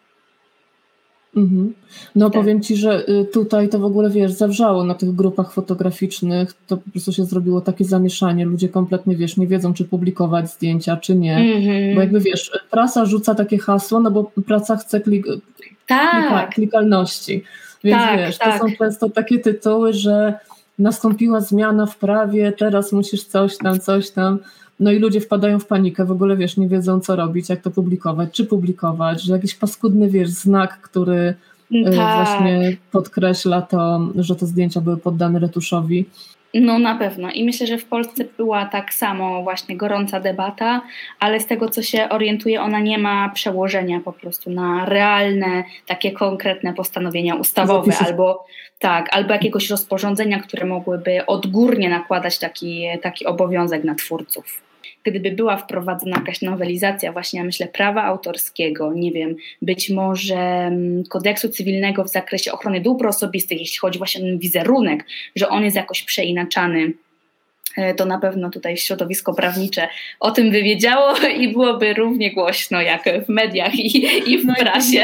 No tak. Powiem Ci, że tutaj to w ogóle zawrzało na tych grupach fotograficznych, to po prostu się zrobiło takie zamieszanie, ludzie kompletnie nie wiedzą, czy publikować zdjęcia, czy nie, bo jakby prasa rzuca takie hasło, no bo prasa chce klikalności, więc to są często takie tytuły, że nastąpiła zmiana w prawie, teraz musisz coś tam, no i ludzie wpadają w panikę, w ogóle nie wiedzą co robić, jak to publikować, czy publikować, że jakiś paskudny znak, który właśnie podkreśla to, że te zdjęcia były poddane retuszowi. No na pewno i myślę, że w Polsce była tak samo właśnie gorąca debata, ale z tego co się orientuję, ona nie ma przełożenia po prostu na realne, takie konkretne postanowienia ustawowe albo jakiegoś rozporządzenia, które mogłyby odgórnie nakładać taki obowiązek na twórców. gdyby była wprowadzona jakaś nowelizacja właśnie, ja myślę, prawa autorskiego, nie wiem, być może kodeksu cywilnego w zakresie ochrony dóbr osobistych, jeśli chodzi właśnie o ten wizerunek, że on jest jakoś przeinaczany, to na pewno tutaj środowisko prawnicze o tym by wiedziało i byłoby równie głośno jak w mediach i w prasie.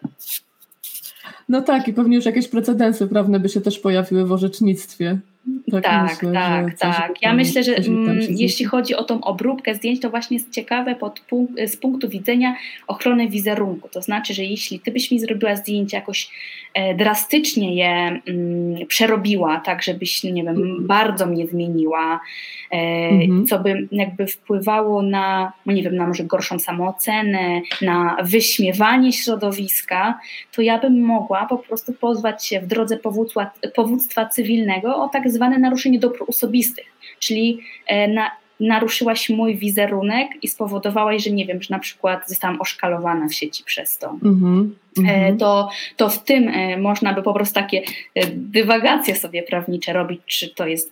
No tak, i pewnie już jakieś precedensy prawne by się też pojawiły w orzecznictwie. Tak. Ja myślę, że jeśli chodzi o tą obróbkę zdjęć, to właśnie jest ciekawe z punktu widzenia ochrony wizerunku. To znaczy, że jeśli ty byś mi zrobiła zdjęcie jakoś drastycznie je przerobiła, tak żebyś, nie wiem, bardzo mnie zmieniła, co by jakby wpływało na, nie wiem, na może gorszą samoocenę, na wyśmiewanie środowiska, to ja bym mogła po prostu pozwać się w drodze powództwa cywilnego o tak zwane naruszenie dóbr osobistych, czyli naruszyłaś mój wizerunek i spowodowałaś, że nie wiem, że na przykład zostałam oszkalowana w sieci przez to. To w tym można by po prostu takie dywagacje sobie prawnicze robić, czy to jest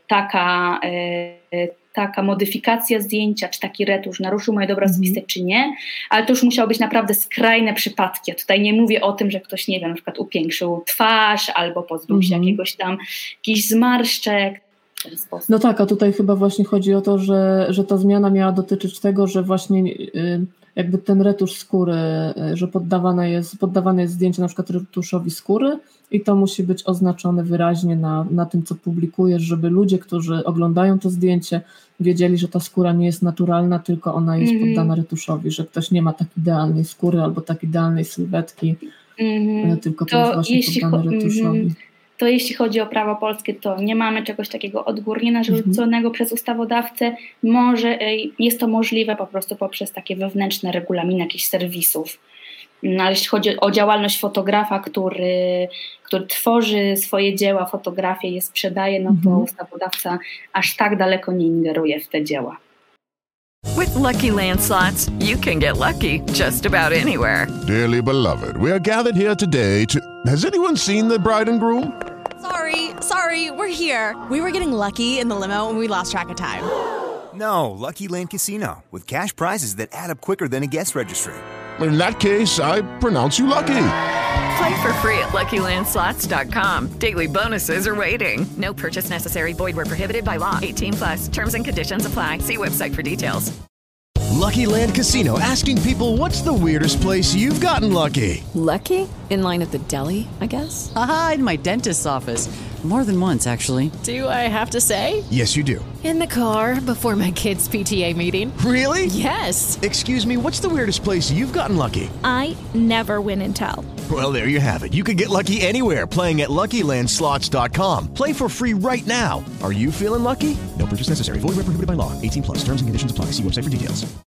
taka modyfikacja zdjęcia, czy taki retusz naruszył moje dobra osobiste, czy nie, ale to już musiały być naprawdę skrajne przypadki. Ja tutaj nie mówię o tym, że ktoś, nie wiem, na przykład upiększył twarz albo pozbył się jakichś zmarszczek. No tak, a tutaj chyba właśnie chodzi o to, że ta zmiana miała dotyczyć tego, że właśnie jakby ten retusz skóry, że poddawane jest zdjęcie na przykład retuszowi skóry i to musi być oznaczone wyraźnie na tym, co publikujesz, żeby ludzie, którzy oglądają to zdjęcie, wiedzieli, że ta skóra nie jest naturalna, tylko ona jest poddana retuszowi, że ktoś nie ma tak idealnej skóry albo tak idealnej sylwetki, tylko to jest właśnie poddane retuszowi. To jeśli chodzi o prawo polskie, to nie mamy czegoś takiego odgórnie narzuconego przez ustawodawcę. Może jest to możliwe po prostu poprzez takie wewnętrzne regulaminy jakichś serwisów. No, ale jeśli chodzi o działalność fotografa, który tworzy swoje dzieła, fotografie je sprzedaje, no to ustawodawca aż tak daleko nie ingeruje w te dzieła. With Lucky Land Slots, you can get lucky just about anywhere. Dearly beloved, we are gathered here today to... Has anyone seen the bride and groom? Sorry, we're here. We were getting lucky in the limo and we lost track of time. No, Lucky Land Casino, with cash prizes that add up quicker than a guest registry. In that case, I pronounce you lucky. Play for free at LuckyLandSlots.com. Daily bonuses are waiting. No purchase necessary. Void where prohibited by law. 18+. Terms and conditions apply. See website for details. Lucky Land Casino, asking people, what's the weirdest place you've gotten lucky? Lucky? In line at the deli, I guess? Aha, in my dentist's office. More than once, actually. Do I have to say? Yes, you do. In the car before my kids' PTA meeting. Really? Yes. Excuse me, what's the weirdest place you've gotten lucky? I never win and tell. Well, there you have it. You can get lucky anywhere, playing at LuckyLandSlots.com. Play for free right now. Are you feeling lucky? No purchase necessary. Void where prohibited by law. 18+. Terms and conditions apply. See website for details.